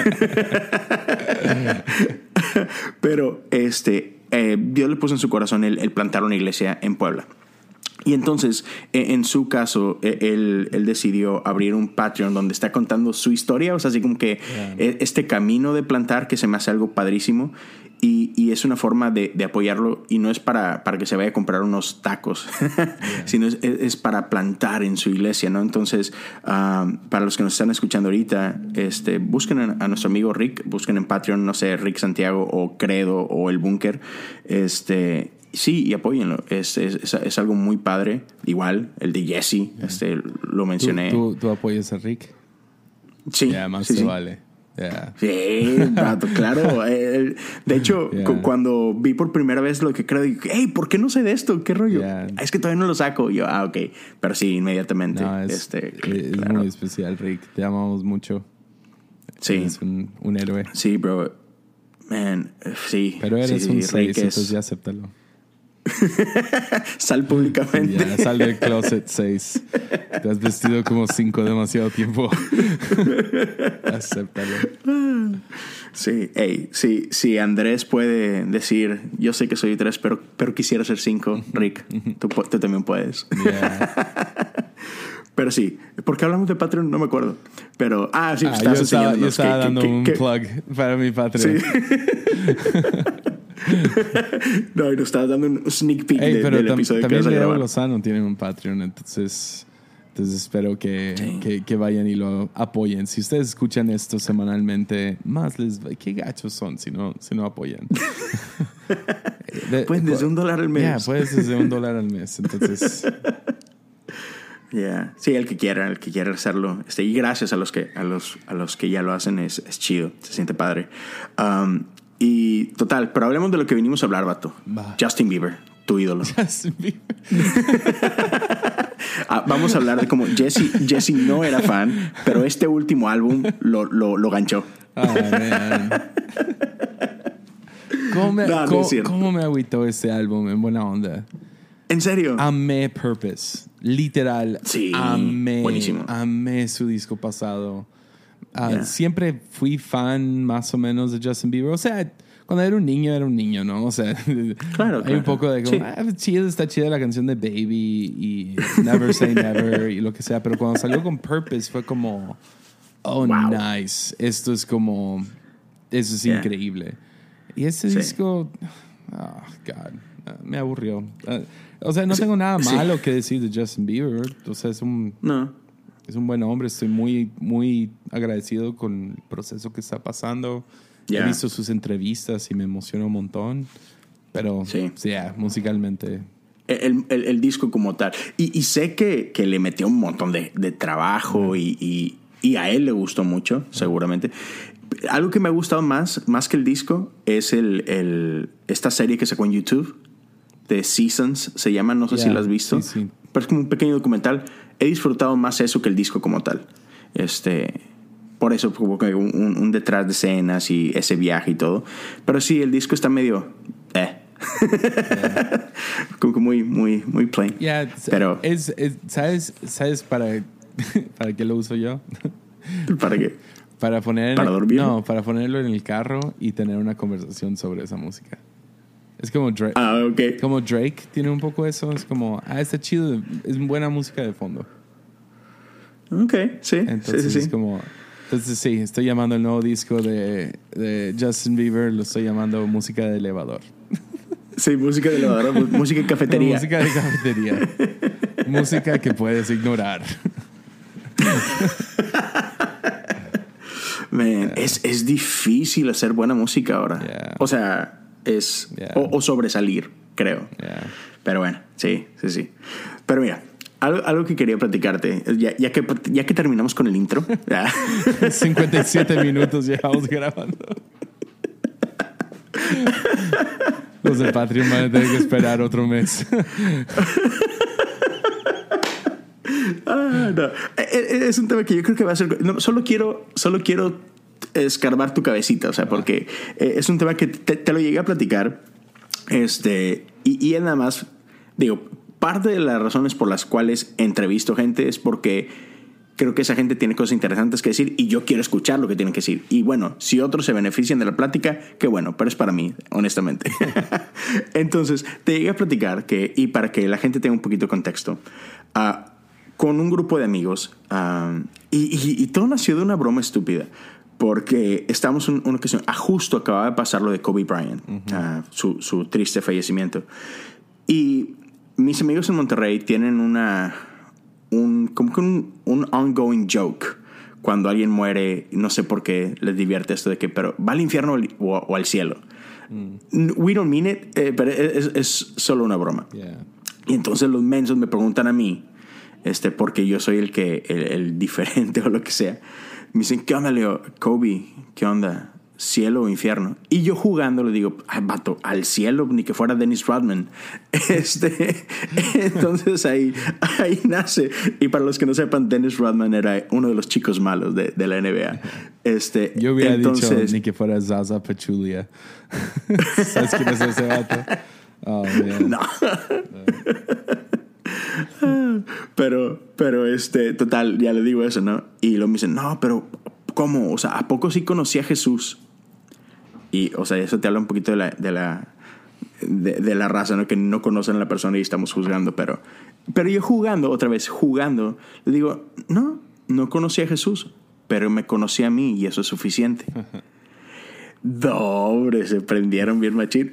Pero Dios le puso en su corazón el plantar una iglesia en Puebla. Y entonces, en su caso, él decidió abrir un Patreon donde está contando su historia. O sea, así como que este camino de plantar, que se me hace algo padrísimo. Y es una forma de apoyarlo. Y no es para que se vaya a comprar unos tacos, sino es para plantar en su iglesia, ¿no? Entonces, para los que nos están escuchando ahorita, busquen a nuestro amigo Rick. Busquen en Patreon, no sé, Rick Santiago o Credo o El Búnker. Sí, y apóyenlo. Es algo muy padre. Igual, el de Jesse, lo mencioné. ¿Tú apoyas a Rick? Sí. Ya, más sí, se sí. vale. Yeah. Sí, claro. De hecho, cuando vi por primera vez lo que creo, dije, hey, ¿por qué no sé de esto? ¿Qué rollo? Es que todavía no lo saco. Yo, ok. Pero sí, inmediatamente. No, es claro. muy especial, Rick. Te amamos mucho. Sí. Es un héroe. Sí, bro. Man, sí. Pero eres un 6, Rick entonces ya acéptalo. Sal públicamente. Ya, sal del closet 6. Te has vestido como 5 demasiado tiempo. Acéptalo. Sí, sí, Andrés puede decir, yo sé que soy 3, pero quisiera ser 5, Rick. Tú también puedes. Yeah. Pero sí, ¿por qué hablamos de Patreon? No me acuerdo. Pero, sí, yo estaba dando un plug para mi Patreon. Sí. No, y nos estabas dando un sneak peek del episodio que vas a grabar. También Lozano tiene un Patreon, entonces espero que vayan y lo apoyen. Si ustedes escuchan esto semanalmente, más qué gachos son si no apoyan. Pueden desde $1 al mes. Ya, puedes desde $1 al mes, entonces. Yeah. Sí, el que quiera hacerlo. Y gracias a los que ya lo hacen, es chido, se siente padre. Y total, pero hablemos de lo que vinimos a hablar, vato. Justin Bieber, tu ídolo. Justin Bieber. Vamos a hablar de cómo Jesse no era fan, pero este último álbum lo ganchó. Man. ¿Cómo me agüitó este álbum en buena onda? ¿En serio? Amé Purpose. Literal. Sí, buenísimo. Amé su disco pasado. Siempre fui fan más o menos de Justin Bieber. O sea, cuando era un niño, ¿no? O sea, claro, hay un poco de como, está chida la canción de Baby y Never Say Never y lo que sea. Pero cuando salió con Purpose fue como, wow. Nice. Esto es como, eso es increíble. Y ese disco, God, me aburrió. O sea, no tengo nada malo que decir de Justin Bieber. O sea, es un buen hombre. Estoy muy, muy agradecido con el proceso que está pasando. He visto sus entrevistas y me emociona un montón. Pero, musicalmente. El disco como tal. Y sé que le metió un montón de trabajo y a él le gustó mucho, seguramente. Algo que me ha gustado más que el disco es esta serie que sacó en YouTube de Seasons, se llama, no sé si la has visto. Sí. Pero es como un pequeño documental. He disfrutado más eso que el disco como tal. Por eso como que un detrás de escenas y ese viaje y todo. Pero sí, el disco está medio como que muy, muy, muy plain. Pero ¿sabes para qué lo uso yo? ¿Para qué? ¿Para dormir? No, para ponerlo en el carro y tener una conversación sobre esa música. Es como Drake. Okay. Como Drake tiene un poco eso. Es como, está chido. Es buena música de fondo. Ok, sí. Entonces es como... Entonces sí, estoy llamando el nuevo disco de Justin Bieber, lo estoy llamando música de elevador. Sí, música de elevador, música de cafetería. Música de cafetería. Música que puedes ignorar. Man, es difícil hacer buena música ahora. Yeah. O sea, o sobresalir, creo. Yeah. Pero bueno, sí. Pero mira, algo que quería platicarte, ya que terminamos con el intro. 57 minutos llevamos grabando. Los de Patreon van a tener que esperar otro mes. No. Es un tema que yo creo que va a ser... No, solo quiero escarbar tu cabecita, o sea, porque es un tema que te lo llegué a platicar. Y nada más, digo, parte de las razones por las cuales entrevisto gente es porque creo que esa gente tiene cosas interesantes que decir y yo quiero escuchar lo que tienen que decir. Y bueno, si otros se benefician de la plática, qué bueno, pero es para mí, honestamente. Entonces, te llegué a platicar y para que la gente tenga un poquito de contexto, con un grupo de amigos, y todo nació de una broma estúpida, porque estábamos en una ocasión, justo acababa de pasar lo de Kobe Bryant, su triste fallecimiento. Y mis amigos en Monterrey tienen como que un ongoing joke. Cuando alguien muere, no sé por qué les divierte esto de que, pero ¿va al infierno o al cielo? We don't mean it, pero es solo una broma. Yeah. Y entonces los mensos me preguntan a mí, porque yo soy el diferente o lo que sea. Me dicen, ¿qué onda, Leo? Kobe, ¿qué onda? ¿Cielo o infierno? Y yo jugando le digo, ay, vato, al cielo, ni que fuera Dennis Rodman. Entonces ahí nace. Y para los que no sepan, Dennis Rodman era uno de los chicos malos de la NBA. Yo hubiera dicho ni que fuera Zaza Pachulia. ¿Sabes quién es ese vato? Oh, man. No. Pero total, ya le digo eso, ¿no? Y luego me dicen, no, pero ¿cómo? O sea, ¿a poco sí conocí a Jesús? Y, o sea, eso te habla un poquito de la raza, ¿no? Que no conocen a la persona y estamos juzgando, pero yo jugando, le digo, no conocí a Jesús, pero me conocí a mí y eso es suficiente. Hombre, se prendieron bien machín.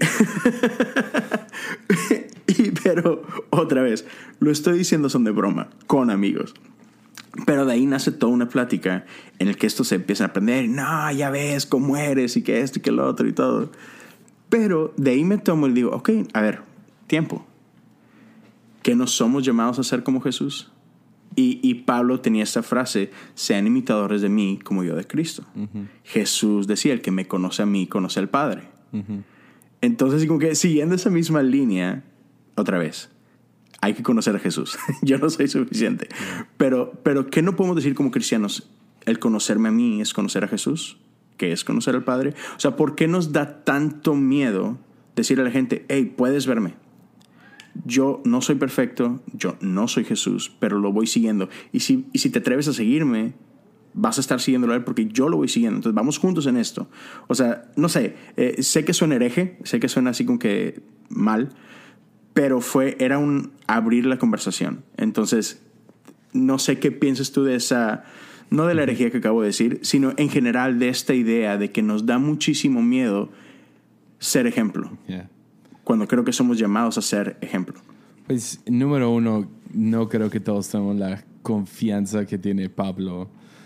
Pero otra vez, lo estoy diciendo son de broma, con amigos. Pero de ahí nace toda una plática en el que esto se empieza a aprender. No, ya ves cómo eres y que esto y que lo otro y todo. Pero de ahí me tomo y digo, ok, a ver, tiempo. ¿Que no somos llamados a ser como Jesús? Y Pablo tenía esta frase, sean imitadores de mí como yo de Cristo. Uh-huh. Jesús decía, el que me conoce a mí, conoce al Padre. Uh-huh. Entonces, como que siguiendo esa misma línea, otra vez, hay que conocer a Jesús. Yo no soy suficiente. Pero ¿qué no podemos decir como cristianos? El conocerme a mí es conocer a Jesús, que es conocer al Padre. O sea, ¿por qué nos da tanto miedo decirle a la gente, hey, puedes verme? Yo no soy perfecto, yo no soy Jesús, pero lo voy siguiendo. Y si te atreves a seguirme, vas a estar siguiéndolo a él porque yo lo voy siguiendo. Entonces vamos juntos en esto. O sea, no sé, sé que suena hereje, sé que suena así como que mal, pero era un abrir la conversación. Entonces, no sé qué piensas tú de esa, no de la herejía que acabo de decir, sino en general de esta idea de que nos da muchísimo miedo ser ejemplo. Yeah. Cuando creo que somos llamados a ser ejemplo. Pues, número uno, no creo que todos tenemos la confianza que tiene Pablo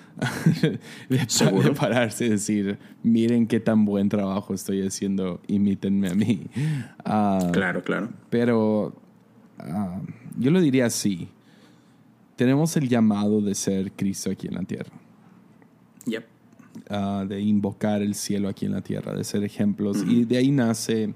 de pararse y decir, miren qué tan buen trabajo estoy haciendo, imítenme a mí. Claro. Pero yo lo diría así. Tenemos el llamado de ser Cristo aquí en la tierra. Yep. De invocar el cielo aquí en la tierra, de ser ejemplos. Uh-huh. Y de ahí nace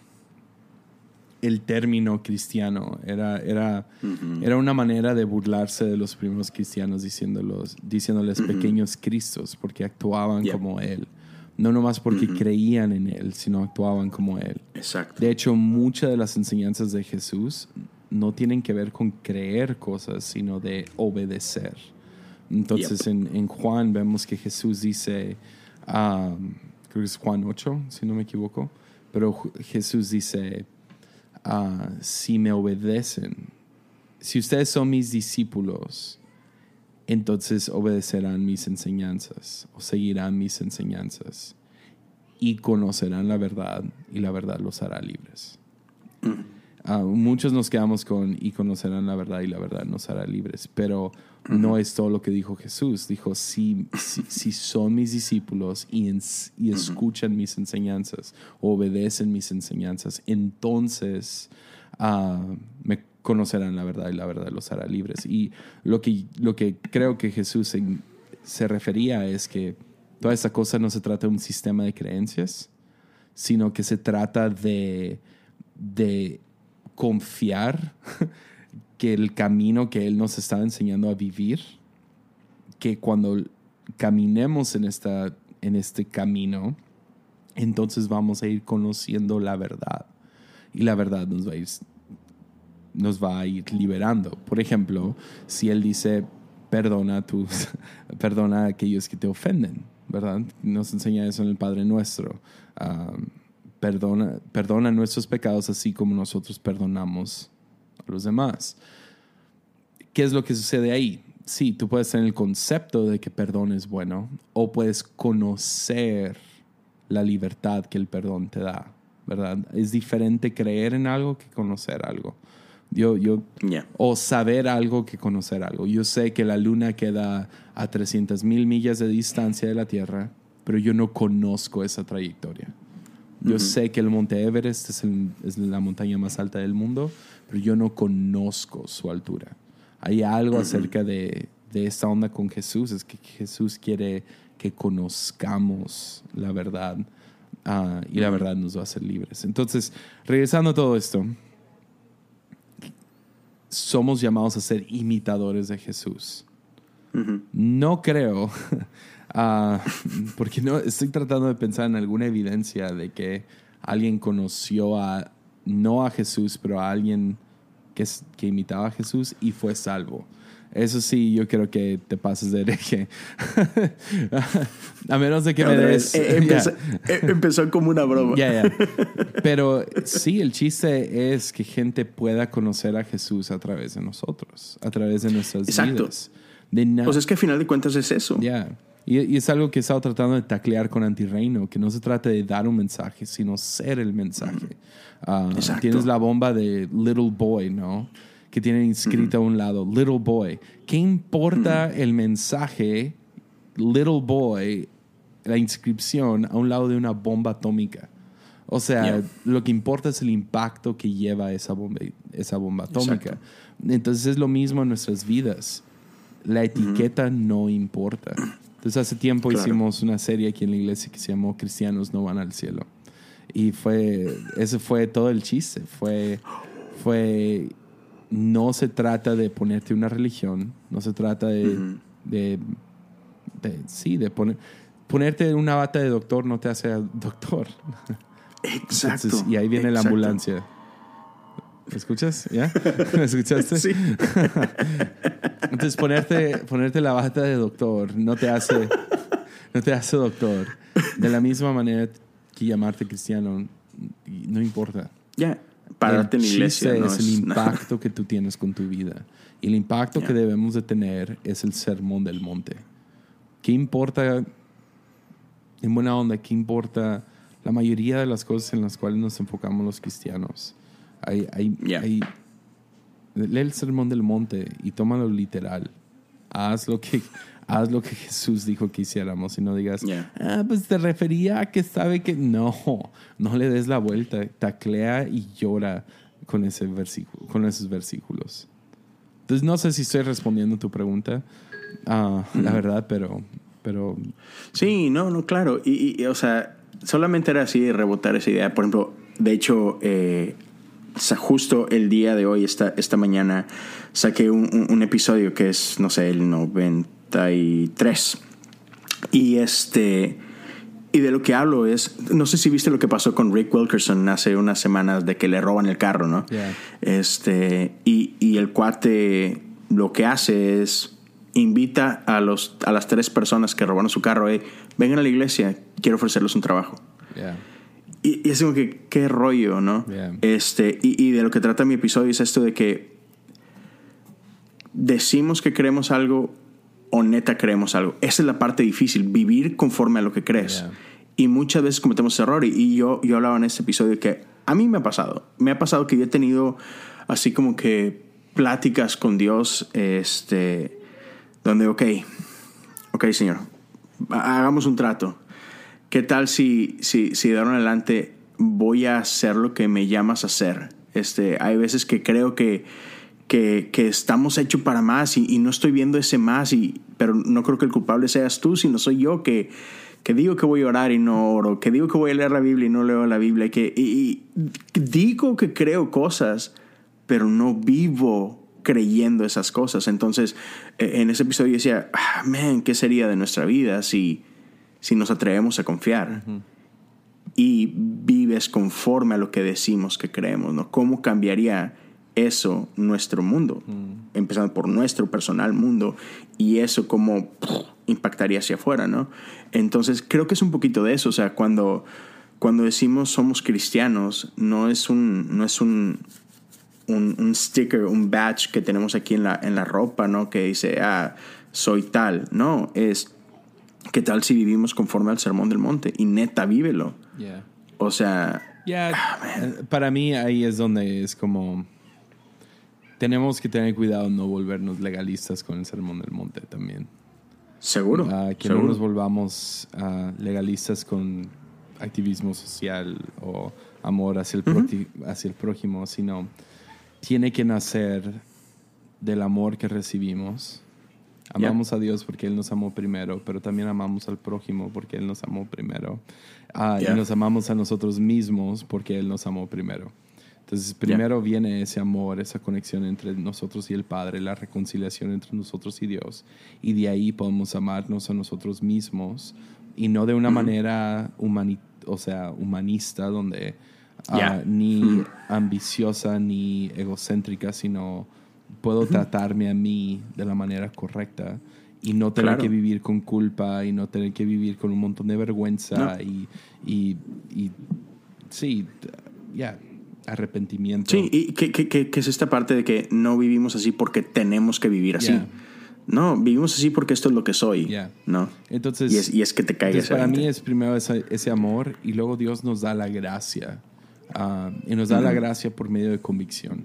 el término cristiano. Era una manera de burlarse de los primeros cristianos diciéndoles uh-huh. pequeños cristos, porque actuaban como él. No nomás porque uh-huh. creían en él, sino actuaban como él. Exacto. De hecho, muchas de las enseñanzas de Jesús no tienen que ver con creer cosas, sino de obedecer. Entonces, en Juan vemos que Jesús dice, creo que es Juan 8, si no me equivoco, pero Jesús dice, si me obedecen, si ustedes son mis discípulos, entonces obedecerán mis enseñanzas o seguirán mis enseñanzas y conocerán la verdad y la verdad los hará libres. Muchos nos quedamos con y conocerán la verdad y la verdad nos hará libres, pero no es todo lo que dijo Jesús. Dijo, si son mis discípulos y escuchan mis enseñanzas, obedecen mis enseñanzas, entonces me conocerán la verdad y la verdad los hará libres. Y lo que creo que Jesús se refería es que toda esta cosa no se trata de un sistema de creencias, sino que se trata de confiar que el camino que Él nos está enseñando a vivir, que cuando caminemos en este camino, entonces vamos a ir conociendo la verdad. Y la verdad nos va a ir liberando. Por ejemplo, si Él dice, perdona a aquellos que te ofenden, ¿verdad? Nos enseña eso en el Padre Nuestro. Perdona nuestros pecados así como nosotros perdonamos a los demás. ¿Qué es lo que sucede ahí? Sí, tú puedes tener el concepto de que perdón es bueno, o puedes conocer la libertad que el perdón te da, ¿verdad? Es diferente creer en algo que conocer algo. O saber algo que conocer algo. Yo sé que la luna queda a 300,000 millas de distancia de la Tierra, pero yo no conozco esa trayectoria. Yo sé que el Monte Everest es la montaña más alta del mundo, pero yo no conozco su altura. Hay algo acerca de esta onda con Jesús, es que Jesús quiere que conozcamos la verdad y la verdad nos va a hacer libres. Entonces, regresando a todo esto, somos llamados a ser imitadores de Jesús. No creo... porque no estoy tratando de pensar en alguna evidencia de que alguien conoció no a Jesús, pero a alguien que imitaba a Jesús y fue salvo. Eso sí, yo creo que te pases de hereje. A menos de que me des... Empezó como una broma. Pero sí, el chiste es que gente pueda conocer a Jesús a través de nosotros, a través de nuestras vidas. Pues es que al final de cuentas es eso. Y es algo que he estado tratando de taclear con Antirreino, que no se trata de dar un mensaje, sino ser el mensaje. Tienes la bomba de Little Boy, ¿no? Que tiene inscrito a un lado, Little Boy. ¿Qué importa el mensaje Little Boy, la inscripción, a un lado de una bomba atómica? O sea, lo que importa es el impacto que lleva esa bomba atómica. Entonces es lo mismo en nuestras vidas. La etiqueta no importa. Entonces hace tiempo hicimos una serie aquí en la iglesia que se llamó Cristianos no van al cielo. Y ese fue todo el chiste. No se trata de ponerte una religión, no se trata de ponerte una bata de doctor no te hace doctor. Exacto. Entonces, y ahí viene la ambulancia. ¿Me escuchas? ¿Ya? ¿Me escuchaste? Sí. Entonces ponerte la bata de doctor no te hace doctor. De la misma manera que llamarte cristiano no importa. Pararte en la iglesia es el impacto que tú tienes con tu vida. Y el impacto que debemos de tener es el sermón del monte. ¿Qué importa, en buena onda, qué importa la mayoría de las cosas en las cuales nos enfocamos los cristianos? Lee el sermón del monte y tómalo literal. Haz lo que Jesús dijo que hiciéramos y no digas, pues te refería a que sabe que no le des la vuelta, taclea y llora con esos versículos. Entonces no sé si estoy respondiendo tu pregunta, la verdad, pero sí, no, claro. Y o sea, solamente era así de rebotar esa idea. Por ejemplo, de hecho, justo el día de hoy, esta mañana, saqué un episodio que es, no sé, el 93. Y de lo que hablo es, no sé si viste lo que pasó con Rick Wilkerson hace unas semanas de que le roban el carro, ¿no? Y el cuate lo que hace es invita a las 3 personas que robaron su carro, vengan a la iglesia, quiero ofrecerles un trabajo. Y es como que qué rollo, ¿no? Y de lo que trata mi episodio es esto de que decimos que creemos algo o neta creemos algo. Esa es la parte difícil, vivir conforme a lo que crees. Y muchas veces cometemos ese error. Y yo hablaba en este episodio que a mí me ha pasado. Me ha pasado que yo he tenido así como que pláticas con Dios, donde, ok, Señor, hagamos un trato. ¿Qué tal si de ahora en adelante voy a hacer lo que me llamas a hacer? Hay veces que creo que estamos hechos para más y no estoy viendo ese más, pero no creo que el culpable seas tú, sino soy yo que digo que voy a orar y no oro, que digo que voy a leer la Biblia y no leo la Biblia, y digo que creo cosas, pero no vivo creyendo esas cosas. Entonces, en ese episodio decía, ¿qué sería de nuestra vida si nos atrevemos a confiar? Uh-huh. Y vives conforme a lo que decimos que creemos, ¿no? ¿Cómo cambiaría eso nuestro mundo? Empezando por nuestro personal mundo, y eso cómo impactaría hacia afuera, ¿no? Entonces creo que es un poquito de eso. O sea, cuando decimos somos cristianos, no es un sticker, un badge que tenemos aquí en la ropa, ¿no? Que dice, soy tal. No, es ¿qué tal si vivimos conforme al Sermón del Monte? Y neta, vívelo. Yeah. O sea, para mí ahí es donde es como tenemos que tener cuidado no volvernos legalistas con el Sermón del Monte también. Seguro. No nos volvamos legalistas con activismo social o amor hacia el prójimo, sino tiene que nacer del amor que recibimos. Amamos a Dios porque Él nos amó primero, pero también amamos al prójimo porque Él nos amó primero. Y nos amamos a nosotros mismos porque Él nos amó primero. Entonces, primero viene ese amor, esa conexión entre nosotros y el Padre, la reconciliación entre nosotros y Dios. Y de ahí podemos amarnos a nosotros mismos, y no de una manera humanista, donde ni ambiciosa ni egocéntrica, sino puedo tratarme a mí de la manera correcta y no tener que vivir con culpa y no tener que vivir con un montón de vergüenza arrepentimiento. Sí, y que es esta parte de que no vivimos así porque tenemos que vivir así. No, vivimos así porque esto es lo que soy. ¿No? Entonces, y es que te caigas. Para mí es primero ese amor, y luego Dios nos da la gracia. Y nos da la gracia por medio de convicción.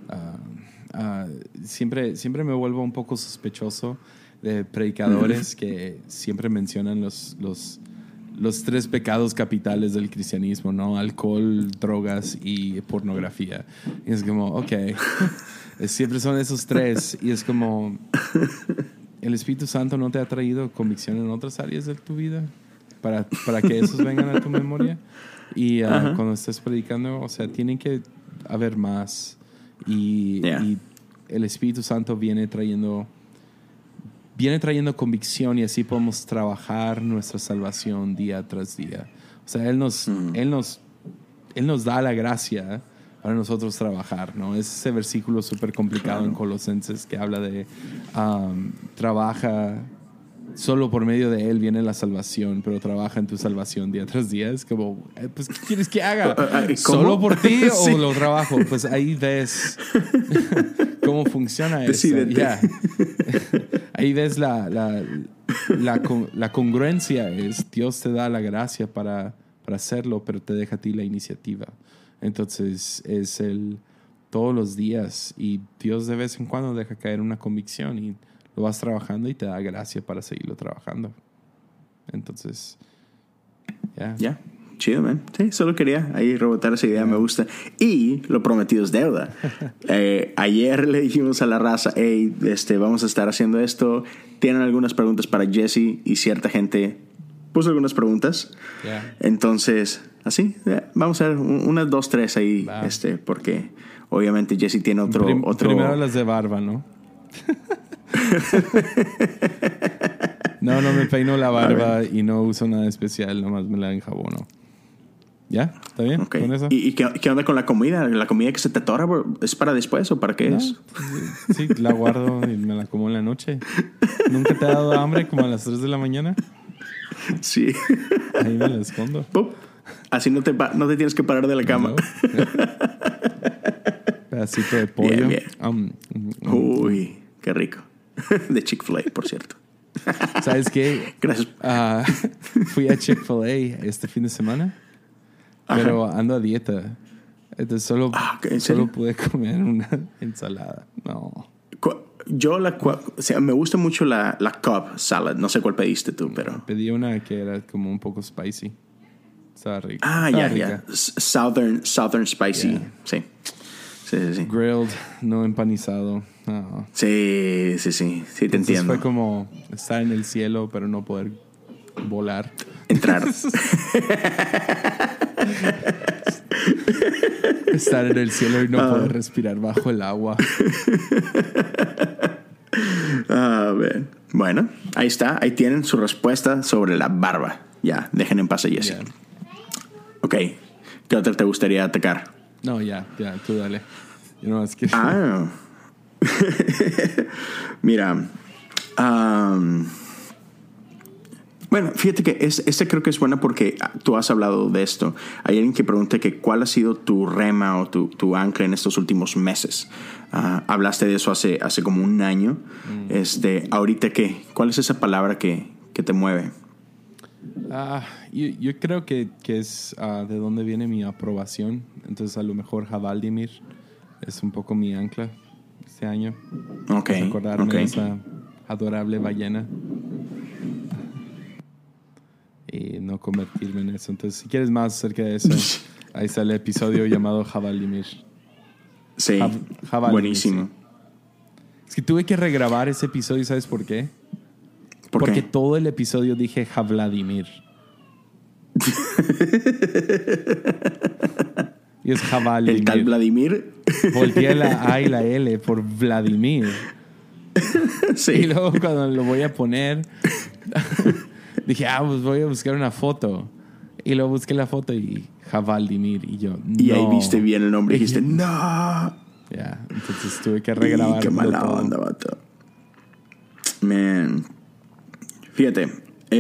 Siempre me vuelvo un poco sospechoso de predicadores que siempre mencionan los 3 pecados capitales del cristianismo, ¿no? Alcohol, drogas y pornografía. Y es como, ok, siempre son esos 3. Y es como, ¿el Espíritu Santo no te ha traído convicción en otras áreas de tu vida para que esos vengan a tu memoria? Y cuando estés predicando, o sea, tiene que haber más. Y el Espíritu Santo viene trayendo convicción, y así podemos trabajar nuestra salvación día tras día. O sea, Él nos da la gracia para nosotros trabajar, ¿no? Es ese versículo súper complicado en Colosenses que habla de trabaja, solo por medio de Él viene la salvación, pero trabaja en tu salvación día tras día. Es como, pues, ¿qué quieres que haga? ¿Solo por ti o lo trabajo? Pues ahí ves cómo funciona eso. Ahí ves la congruencia. Dios te da la gracia para hacerlo, pero te deja a ti la iniciativa. Entonces es todos los días, y Dios de vez en cuando deja caer una convicción y lo vas trabajando y te da gracia para seguirlo trabajando. Entonces, chido, man. Sí, solo quería ahí rebotar esa idea, me gusta. Y lo prometido es deuda. Ayer le dijimos a la raza, hey, vamos a estar haciendo esto. Tienen algunas preguntas para Jesse, y cierta gente puso algunas preguntas. Entonces, así, vamos a ver unas 2, 3 ahí, porque obviamente Jesse tiene otro... Primero las de barba, ¿no? No me peino la barba y no uso nada especial, nomás me la enjabono. ¿Ya? ¿Está bien? Okay. ¿Con eso? ¿Y qué onda con la comida? ¿La comida que se te atora, es para después o para qué es? Sí, la guardo y me la como en la noche. ¿Nunca te ha dado hambre como a las 3 de la mañana? Sí. Ahí me la escondo. ¡Pum! Así no te tienes que parar de la cama. No. Pedacito de pollo. Bien. Uy, qué rico. De Chick-fil-A, por cierto. ¿Sabes qué? Gracias. Fui a Chick-fil-A este fin de semana, pero ando a dieta. Entonces solo pude comer una ensalada. No. Me gusta mucho la Cobb salad. No sé cuál pediste tú, pero... Pedí una que era como un poco spicy. Estaba rica. Ya. Southern spicy. Yeah. Sí. Grilled, no empanizado. No. Sí, te Entonces entiendo. fue como estar en el cielo, pero no poder volar. Entrar. Estar en el cielo y no poder respirar bajo el agua. Bueno, ahí está. Ahí tienen su respuesta sobre la barba. Ya, dejen en paz a Jesse. Yeah. Ok. ¿Qué otra te gustaría atacar? No, ya, tú dale. Yo no más quiero. Mira. Bueno, fíjate que esta creo que es buena porque tú has hablado de esto. Hay alguien que pregunta que cuál ha sido tu rema o tu ancla en estos últimos meses. Hablaste de eso hace como un año. ¿Ahorita qué? ¿Cuál es esa palabra que te mueve? Yo creo que es de dónde viene mi aprobación. Entonces a lo mejor Havaldimir es un poco mi ancla este año. Ok. Recordarme de esa adorable ballena y no convertirme en eso. Entonces si quieres más acerca de eso, ahí está el episodio llamado Havaldimir. Sí, Havaldimir, buenísimo. Sí. Es que tuve que regrabar ese episodio. ¿Sabes por qué? Porque todo el episodio dije Havladimir. Y es Havaldimir. ¿El tal Vladimir? Volteé la A y la L por Vladimir. Sí. Y luego cuando lo voy a poner dije, pues voy a buscar una foto. Y luego busqué la foto y Havaldimir. Y yo, no. Y ahí viste bien el nombre y dijiste, no. Ya, entonces tuve que regrabar. Qué mala onda, vato. Man. Fíjate,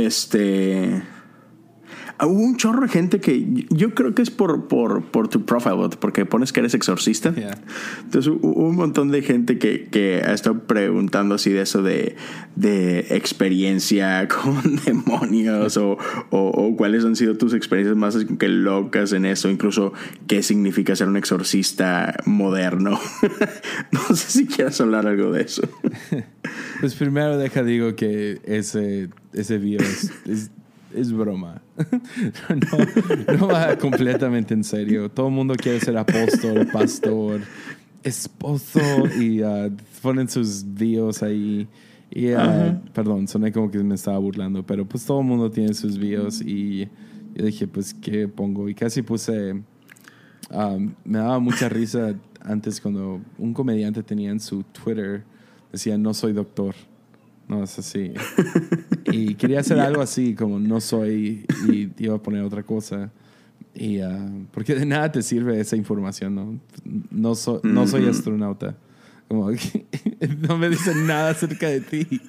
hubo un chorro de gente que yo creo que es por tu profile, porque pones que eres exorcista. Yeah. Entonces hubo un montón de gente que ha estado preguntando así de eso de experiencia con demonios o cuáles han sido tus experiencias más que locas en eso, incluso qué significa ser un exorcista moderno. No sé si quieras hablar algo de eso. Pues primero digo que ese video es broma. No va completamente en serio. Todo el mundo quiere ser apóstol, pastor, esposo y ponen sus videos ahí. Y, perdón, soné como que me estaba burlando, pero pues todo el mundo tiene sus videos y yo dije, pues, ¿qué pongo? Y casi puse... me daba mucha risa antes cuando un comediante tenía en su Twitter, decía, no soy doctor. No, es así. Y quería hacer algo así, como no soy, y iba a poner otra cosa. Y porque de nada te sirve esa información, ¿no? No soy astronauta. Como que no me dicen nada acerca de ti.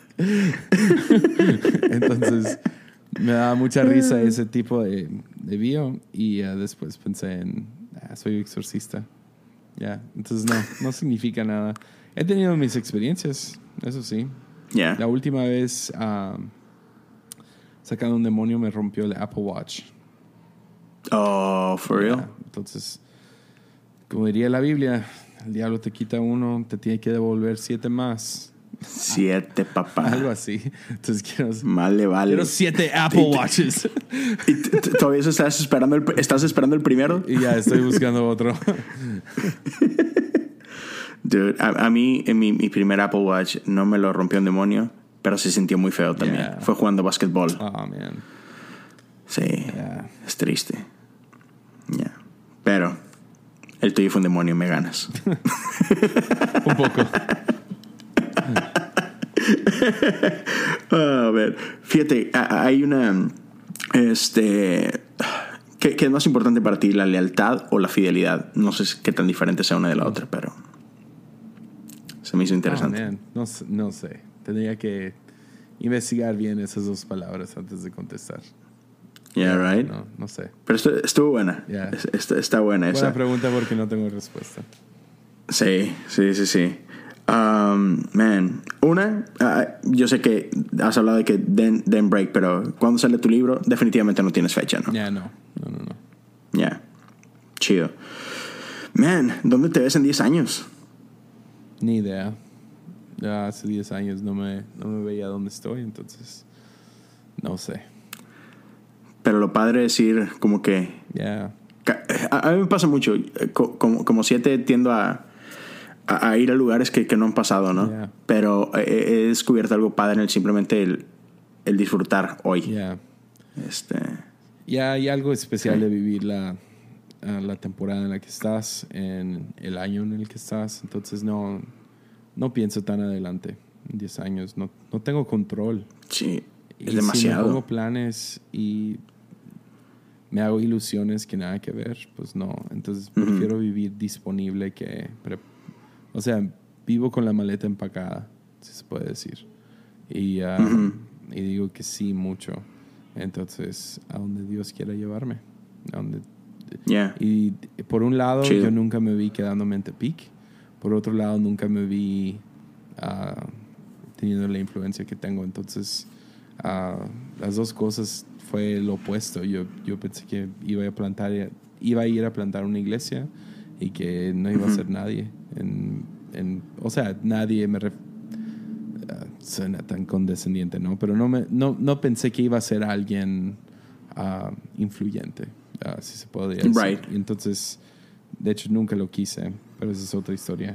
Entonces me daba mucha risa ese tipo de bio. Y después pensé en, soy exorcista. Ya, entonces no significa nada. He tenido mis experiencias, eso sí. Yeah. La última vez sacando un demonio me rompió el Apple Watch. Oh, for real? Entonces, como diría la Biblia, el diablo te quita uno, te tiene que devolver 7 más. 7, papá. Algo así. Entonces quiero 7 Apple Watches. ¿Y todavía estás esperando el primero? Y ya estoy buscando otro. Dude, a mí en mi primer Apple Watch no me lo rompió un demonio, pero se sintió muy feo también. Yeah. Fue jugando básquetbol. Oh, man. Sí, Yeah. es triste. Yeah. Pero el tuyo fue un demonio, me ganas. Un poco. A ver, fíjate, hay una... ¿Qué es más importante para ti, la lealtad o la fidelidad? No sé qué tan diferente sea una de la otra, pero se me hizo interesante. Man. No sé. Tendría que investigar bien esas dos palabras antes de contestar. Yeah, right. No sé. Pero estuvo buena. Yeah. Está buena esa. Buena pregunta porque no tengo respuesta. Sí. Man, yo sé que has hablado de que den break, pero cuando sale tu libro, definitivamente no tienes fecha, ¿no? Ya, no. Ya, chido. Man, ¿dónde te ves en 10 años? Ni idea. Ya hace 10 años no me veía dónde estoy, entonces no sé. Pero lo padre es decir como que... Yeah. A mí me pasa mucho. Como 7 tiendo a ir a lugares que no han pasado, ¿no? Yeah. Pero he descubierto algo padre en simplemente el disfrutar hoy. Yeah. Ya hay algo especial de vivir la temporada en la que estás, en el año en el que estás. Entonces no pienso tan adelante. En 10 años no tengo control. Sí, es y demasiado. Si me pongo planes y me hago ilusiones que nada que ver, pues no. Entonces prefiero vivir disponible que... O sea, vivo con la maleta empacada, si se puede decir. Y digo que sí mucho. Entonces, a donde Dios quiera llevarme. Yeah. Y por un lado, Chido. yo nunca me vi quedándome en Tepic. Por otro lado, nunca me vi teniendo la influencia que tengo. Entonces, las dos cosas fue lo opuesto. Yo pensé que iba a ir a plantar una iglesia y que no iba a ser nadie. O sea, nadie suena tan condescendiente, ¿no? Pero no pensé que iba a ser alguien influyente, si se podría decir. Right. Y entonces, de hecho, nunca lo quise, pero esa es otra historia.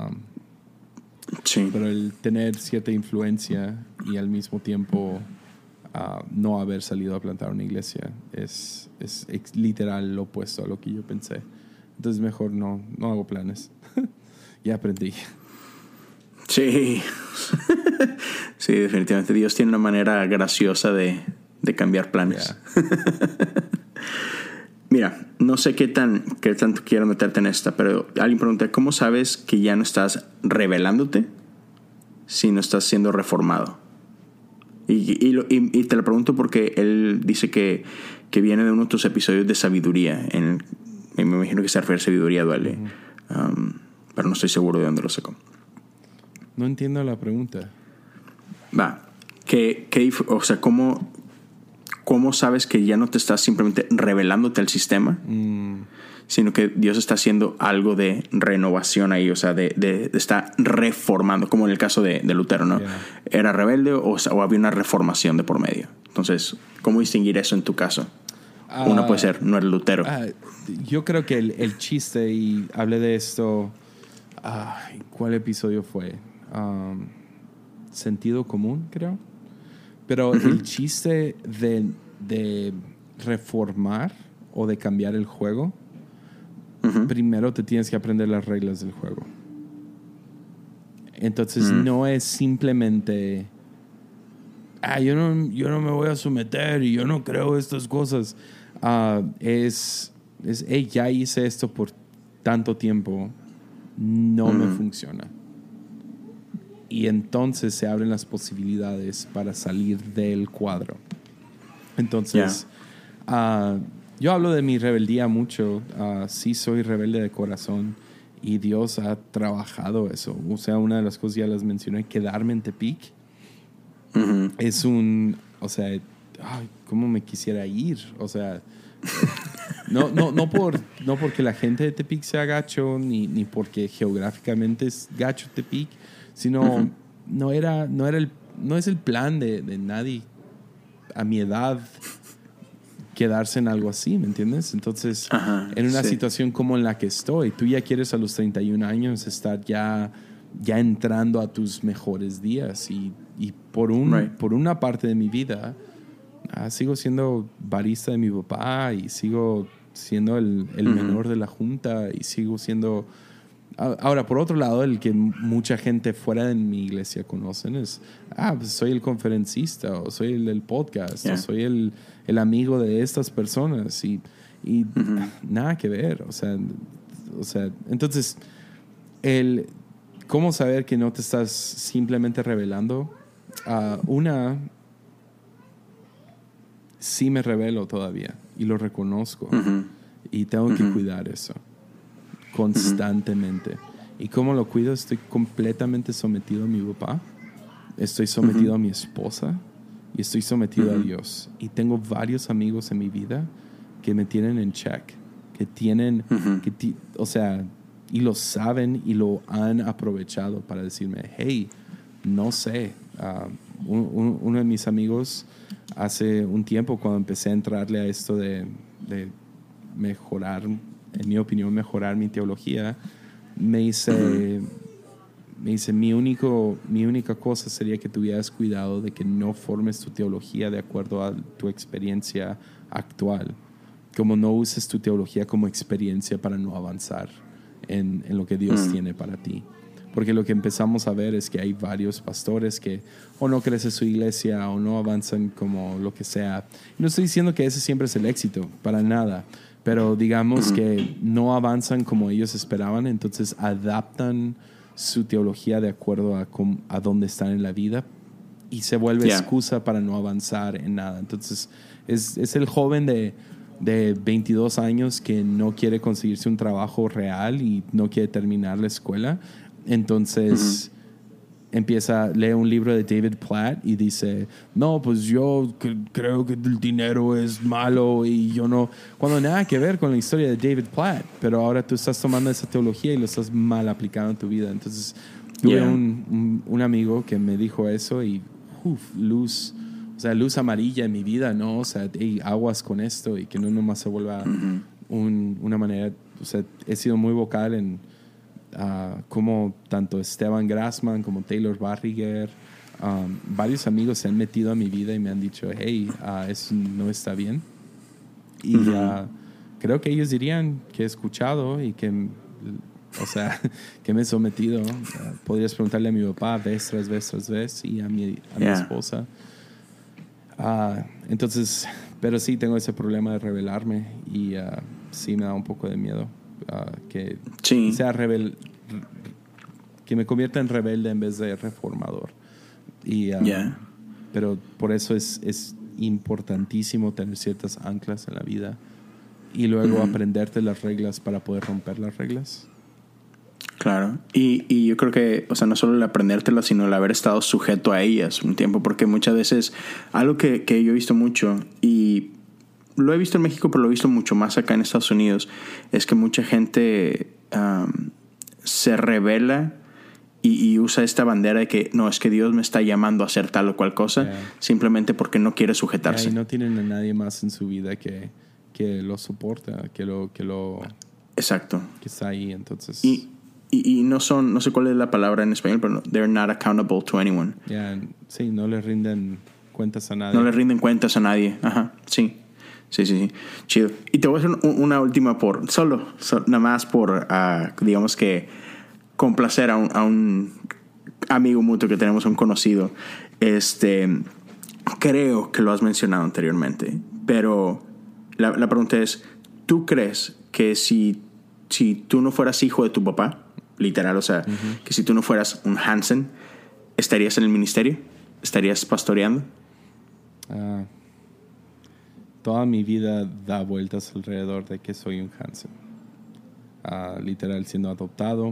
Sí. Pero el tener cierta influencia y al mismo tiempo no haber salido a plantar una iglesia es literal lo opuesto a lo que yo pensé. Entonces mejor no hago planes. Ya aprendí. Sí. Sí, definitivamente. Dios tiene una manera graciosa de cambiar planes. Yeah. Mira, no sé qué tanto quiero meterte en esta, pero alguien pregunta, ¿cómo sabes que ya no estás revelándote si no estás siendo reformado? Y te lo pregunto porque él dice que viene de uno de tus episodios de sabiduría. Me imagino que se refiere a sabiduría duele. Pero no estoy seguro de dónde lo sacó. No entiendo la pregunta. Va. O sea, ¿cómo sabes que ya no te estás simplemente revelándote al sistema? Sino que Dios está haciendo algo de renovación ahí, o sea, de está reformando, como en el caso de Lutero, ¿no? Yeah. ¿Era rebelde o había una reformación de por medio? Entonces, ¿cómo distinguir eso en tu caso? Uno puede ser, no eres Lutero. Yo creo que el chiste, y hablé de esto, ¿cuál episodio fue? Sentido común, creo. Pero el chiste de reformar o de cambiar el juego, primero te tienes que aprender las reglas del juego. Entonces no es simplemente yo no me voy a someter y yo no creo estas cosas. Ya hice esto por tanto tiempo, no me funciona. Y entonces se abren las posibilidades para salir del cuadro. Entonces, yo hablo de mi rebeldía mucho. Sí soy rebelde de corazón y Dios ha trabajado eso. O sea, una de las cosas ya las mencioné, quedarme en Tepic. Es o sea, cómo me quisiera ir. O sea, no porque la gente de Tepic sea gacho, ni porque geográficamente es gacho Tepic, sino no es el plan de nadie a mi edad quedarse en algo así, ¿me entiendes? Entonces, en una situación como en la que estoy, tú ya quieres a los 31 años estar ya entrando a tus mejores días y por una parte de mi vida sigo siendo barista de mi papá y sigo siendo el menor de la junta y sigo siendo... Ahora, por otro lado, el que mucha gente fuera de mi iglesia conocen es, pues soy el conferencista, o soy el del podcast, o soy el amigo de estas personas, y nada que ver. O sea, entonces, ¿cómo saber que no te estás simplemente revelando? Sí me revelo todavía, y lo reconozco, y tengo que cuidar eso constantemente. ¿Y cómo lo cuido? Estoy completamente sometido a mi papá, estoy sometido a mi esposa y estoy sometido a Dios. Y tengo varios amigos en mi vida que me tienen en check, que tienen, o sea, y lo saben y lo han aprovechado para decirme, hey, no sé. Uno de mis amigos hace un tiempo, cuando empecé a entrarle a esto de mejorar, en mi opinión, mejorar mi teología, me dice, mi única cosa sería que tuvieras cuidado de que no formes tu teología de acuerdo a tu experiencia actual. Como no uses tu teología como experiencia para no avanzar en lo que Dios tiene para ti. Porque lo que empezamos a ver es que hay varios pastores que o no crecen su iglesia o no avanzan como lo que sea. No estoy diciendo que ese siempre es el éxito, para nada. Pero digamos que no avanzan como ellos esperaban, entonces adaptan su teología de acuerdo a dónde están en la vida y se vuelve excusa para no avanzar en nada. Entonces es el joven de 22 años que no quiere conseguirse un trabajo real y no quiere terminar la escuela. Entonces lee un libro de David Platt y dice, no, pues yo creo que el dinero es malo y yo no, cuando nada que ver con la historia de David Platt, pero ahora tú estás tomando esa teología y lo estás mal aplicando en tu vida. Entonces tuve un amigo que me dijo eso y luz amarilla en mi vida, ¿no? O sea, hey, aguas con esto y que no nomás se vuelva una manera, o sea, he sido muy vocal en como tanto Esteban Grassman como Taylor Barriger, varios amigos se han metido a mi vida y me han dicho, hey, eso no está bien. Y creo que ellos dirían que he escuchado y que, o sea, que me he sometido. Podrías preguntarle a mi papá vez tras vez y a mi esposa. Entonces, pero sí tengo ese problema de rebelarme y sí me da un poco de miedo. Que sea que me convierta en rebelde en vez de reformador. Y, pero por eso es importantísimo tener ciertas anclas en la vida y luego aprenderte las reglas para poder romper las reglas. Claro, y yo creo que, o sea, no solo el aprendértelas, sino el haber estado sujeto a ellas un tiempo, porque muchas veces algo que yo he visto mucho, y lo he visto en México, pero lo he visto mucho más acá en Estados Unidos, es que mucha gente se rebela y usa esta bandera de que no, es que Dios me está llamando a hacer tal o cual cosa, simplemente porque no quiere sujetarse. Y no tienen a nadie más en su vida que lo soporta, que lo exacto, que está ahí. Entonces y no sé cuál es la palabra en español, pero they're not accountable to anyone. Sí, no le rinden cuentas a nadie. No le rinden cuentas a nadie. Ajá, sí. Chido. Y te voy a hacer una última nada más por, digamos que complacer a un amigo mutuo que tenemos, un conocido. Creo que lo has mencionado anteriormente, pero la pregunta es, ¿tú crees que si tú no fueras hijo de tu papá, literal, o sea, que si tú no fueras un Hansen, estarías en el ministerio? ¿Estarías pastoreando? Toda mi vida da vueltas alrededor de que soy un Hansen. Literal, siendo adoptado,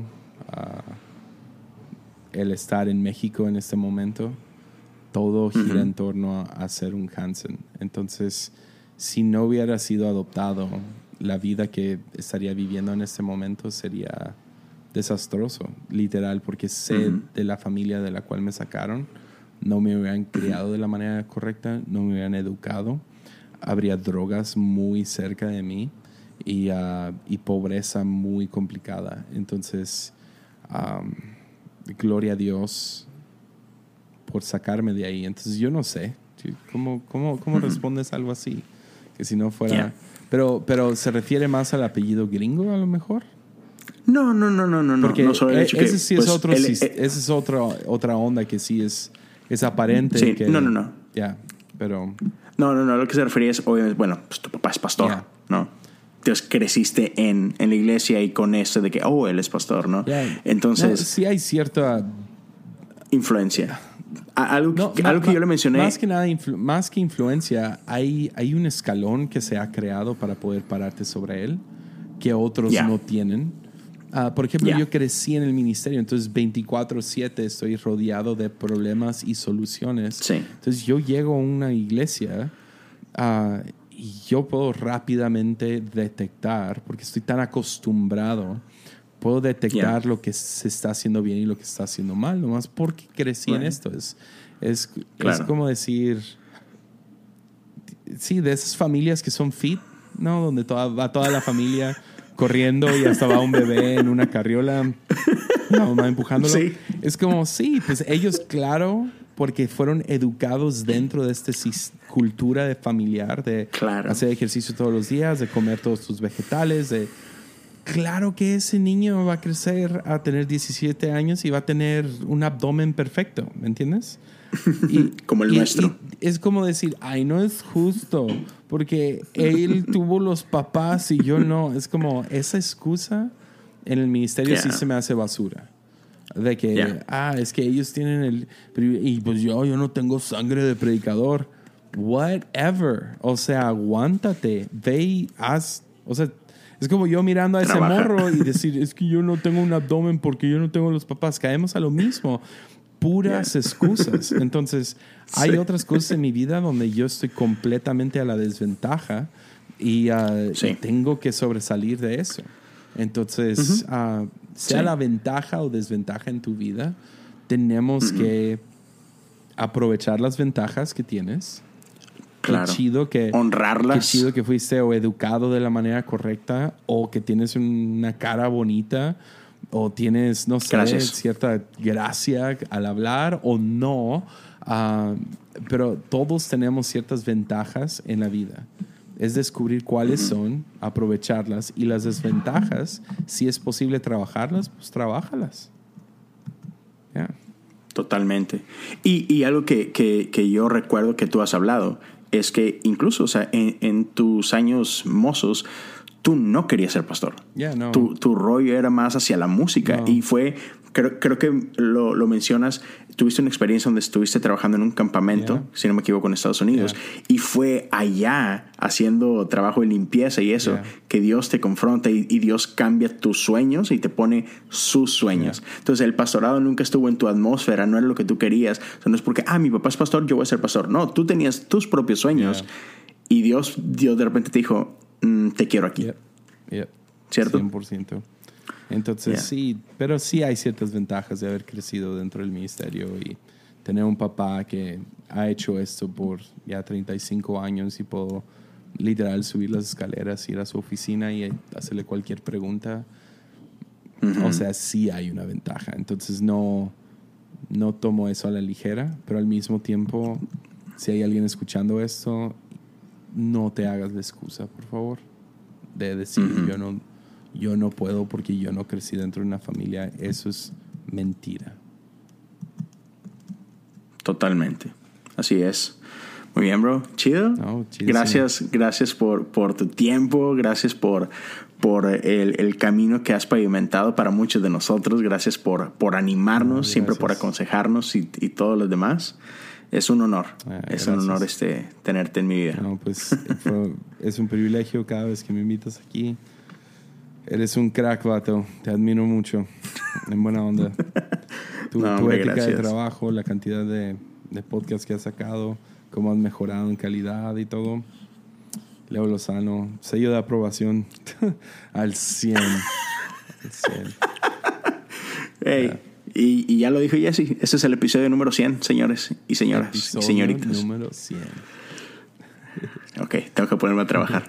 el estar en México en este momento, todo gira en torno a ser un Hansen. Entonces, si no hubiera sido adoptado, la vida que estaría viviendo en este momento sería desastroso, literal, porque sé de la familia de la cual me sacaron, no me hubieran criado de la manera correcta, no me hubieran educado, habría drogas muy cerca de mí y pobreza muy complicada. Entonces, gloria a Dios por sacarme de ahí. Entonces, yo no sé cómo respondes algo así, que si no fuera... Pero ¿se refiere más al apellido gringo a lo mejor? No. Porque no solo el hecho ese que, sí pues, esa es otra onda que sí es aparente. Sí, que, no. Ya, pero... No, lo que se refería es, obviamente, bueno, pues tu papá es pastor, ¿no? Entonces creciste en la iglesia y con eso de que, él es pastor, ¿no? Entonces... sí hay cierta... influencia. Algo que yo le mencioné... Más que nada, más que influencia, hay un escalón que se ha creado para poder pararte sobre él, que otros no tienen. Por ejemplo, yo crecí en el ministerio, entonces 24/7 estoy rodeado de problemas y soluciones. Sí. Entonces yo llego a una iglesia y yo puedo rápidamente detectar, porque estoy tan acostumbrado, puedo detectar lo que se está haciendo bien y lo que se está haciendo mal, nomás porque crecí en esto. Es como decir, sí, de esas familias que son fit, ¿no? Donde va toda la familia corriendo y hasta va un bebé en una carriola, la mamá empujándolo. Sí. Es como, sí, pues ellos, claro, porque fueron educados dentro de esta cultura de familiar, de hacer ejercicio todos los días, de comer todos tus vegetales, claro que ese niño va a crecer a tener 17 años y va a tener un abdomen perfecto, ¿me entiendes? Como el nuestro. Y es como decir, ay, no es justo, porque él tuvo los papás y yo no. Es como, esa excusa en el ministerio sí se me hace basura. De que, es que ellos tienen y pues yo no tengo sangre de predicador. Whatever. O sea, aguántate. Ve y haz. O sea, es como yo mirando a ese morro y decir, es que yo no tengo un abdomen porque yo no tengo los papás. Caemos a lo mismo. Puras excusas. Entonces, hay otras cosas en mi vida donde yo estoy completamente a la desventaja y tengo que sobresalir de eso. Entonces, sea la ventaja o desventaja en tu vida, tenemos que aprovechar las ventajas que tienes. Claro. Qué chido que honrarlas. Qué chido que fuiste o educado de la manera correcta o que tienes una cara bonita o tienes, no sé, cierta gracia al hablar o no. Pero todos tenemos ciertas ventajas en la vida. Es descubrir cuáles son, aprovecharlas, y las desventajas, si es posible trabajarlas, pues trabájalas. Totalmente. Y algo que yo recuerdo que tú has hablado es que incluso, o sea, en tus años mozos, tú no querías ser pastor. No. Tu rollo era más hacia la música. No. Y fue, creo que lo mencionas, tuviste una experiencia donde estuviste trabajando en un campamento, si no me equivoco, en Estados Unidos. Y fue allá, haciendo trabajo de limpieza y eso, que Dios te confronta y Dios cambia tus sueños y te pone sus sueños. Entonces, el pastorado nunca estuvo en tu atmósfera, no era lo que tú querías. O sea, no es porque, mi papá es pastor, yo voy a ser pastor. No, tú tenías tus propios sueños. Y Dios de repente te dijo, te quiero aquí. ¿Cierto? 100%. Entonces sí, pero sí hay ciertas ventajas de haber crecido dentro del ministerio y tener un papá que ha hecho esto por ya 35 años y puedo literal subir las escaleras, ir a su oficina y hacerle cualquier pregunta. O sea, sí hay una ventaja. Entonces no tomo eso a la ligera, pero al mismo tiempo, si hay alguien escuchando esto, no te hagas la excusa, por favor, de decir yo no puedo porque yo no crecí dentro de una familia. Eso es mentira. Totalmente. Así es. Muy bien, bro. Chido. No, gracias por tu tiempo. Gracias por el camino que has pavimentado para muchos de nosotros. Gracias por animarnos, siempre por aconsejarnos y todo lo demás. Es un honor. Es un honor tenerte en mi vida. No, pues es un privilegio cada vez que me invitas aquí. Eres un crack, vato. Te admiro mucho. En buena onda. Tu ética de trabajo, la cantidad de podcasts que has sacado, cómo has mejorado en calidad y todo. Leo Lozano, sello de aprobación al 100. Hey, y ya lo dijo Jesse. Este es el episodio número 100, señores y señoras y señoritas. Número 100. Ok, tengo que ponerme a trabajar.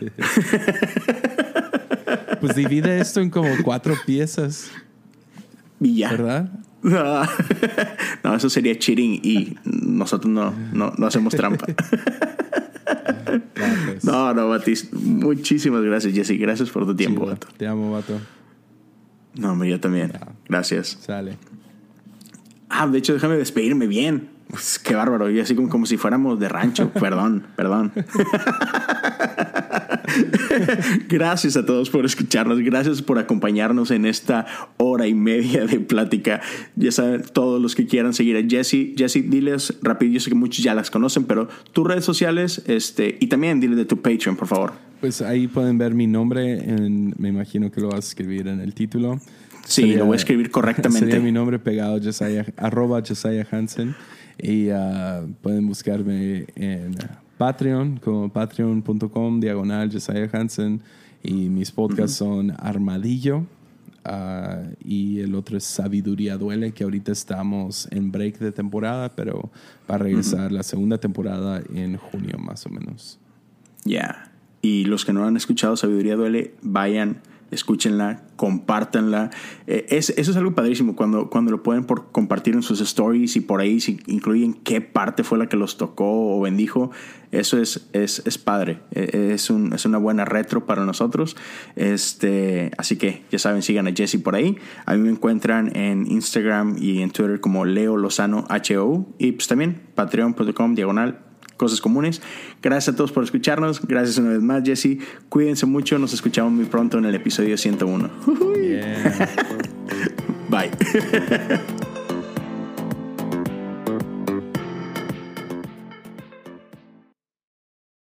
Pues divide esto en como 4 piezas. Y ya. ¿Verdad? No, eso sería cheating y nosotros no hacemos trampa. Gracias. No, Batis. Muchísimas gracias, Jesse. Gracias por tu tiempo, vato. Te amo, vato. No, hombre, yo también. Gracias. Sale. De hecho, déjame despedirme bien. Pues, qué bárbaro. Yo así como si fuéramos de rancho. Perdón. Gracias a todos por escucharnos. Gracias por acompañarnos en esta hora y media de plática. Ya saben, todos los que quieran seguir a Jesse, diles rápido. Yo sé que muchos ya las conocen, pero tus redes sociales y también dile de tu Patreon, por favor. Pues ahí pueden ver mi nombre. Me imagino que lo vas a escribir en el título. Sí, lo voy a escribir correctamente. Sería mi nombre pegado, @Josiah Hansen. Y pueden buscarme en Patreon, como patreon.com/Josiah Hansen. Y mis podcasts son Armadillo. Y el otro es Sabiduría Duele, que ahorita estamos en break de temporada, pero va a regresar la segunda temporada en junio más o menos. Ya. Y los que no han escuchado Sabiduría Duele, vayan, escúchenla, compártanla. Eso es algo padrísimo cuando lo pueden compartir en sus stories y por ahí si incluyen qué parte fue la que los tocó o bendijo. Eso es padre. Es una buena retro para nosotros. Así que ya saben, sigan a Jesse por ahí. A mí me encuentran en Instagram y en Twitter como Leo Lozano HO. Y pues también patreon.com/Cosas Comunes. Gracias a todos por escucharnos. Gracias una vez más, Jesse. Cuídense mucho. Nos escuchamos muy pronto en el episodio 101. Yeah. Bye.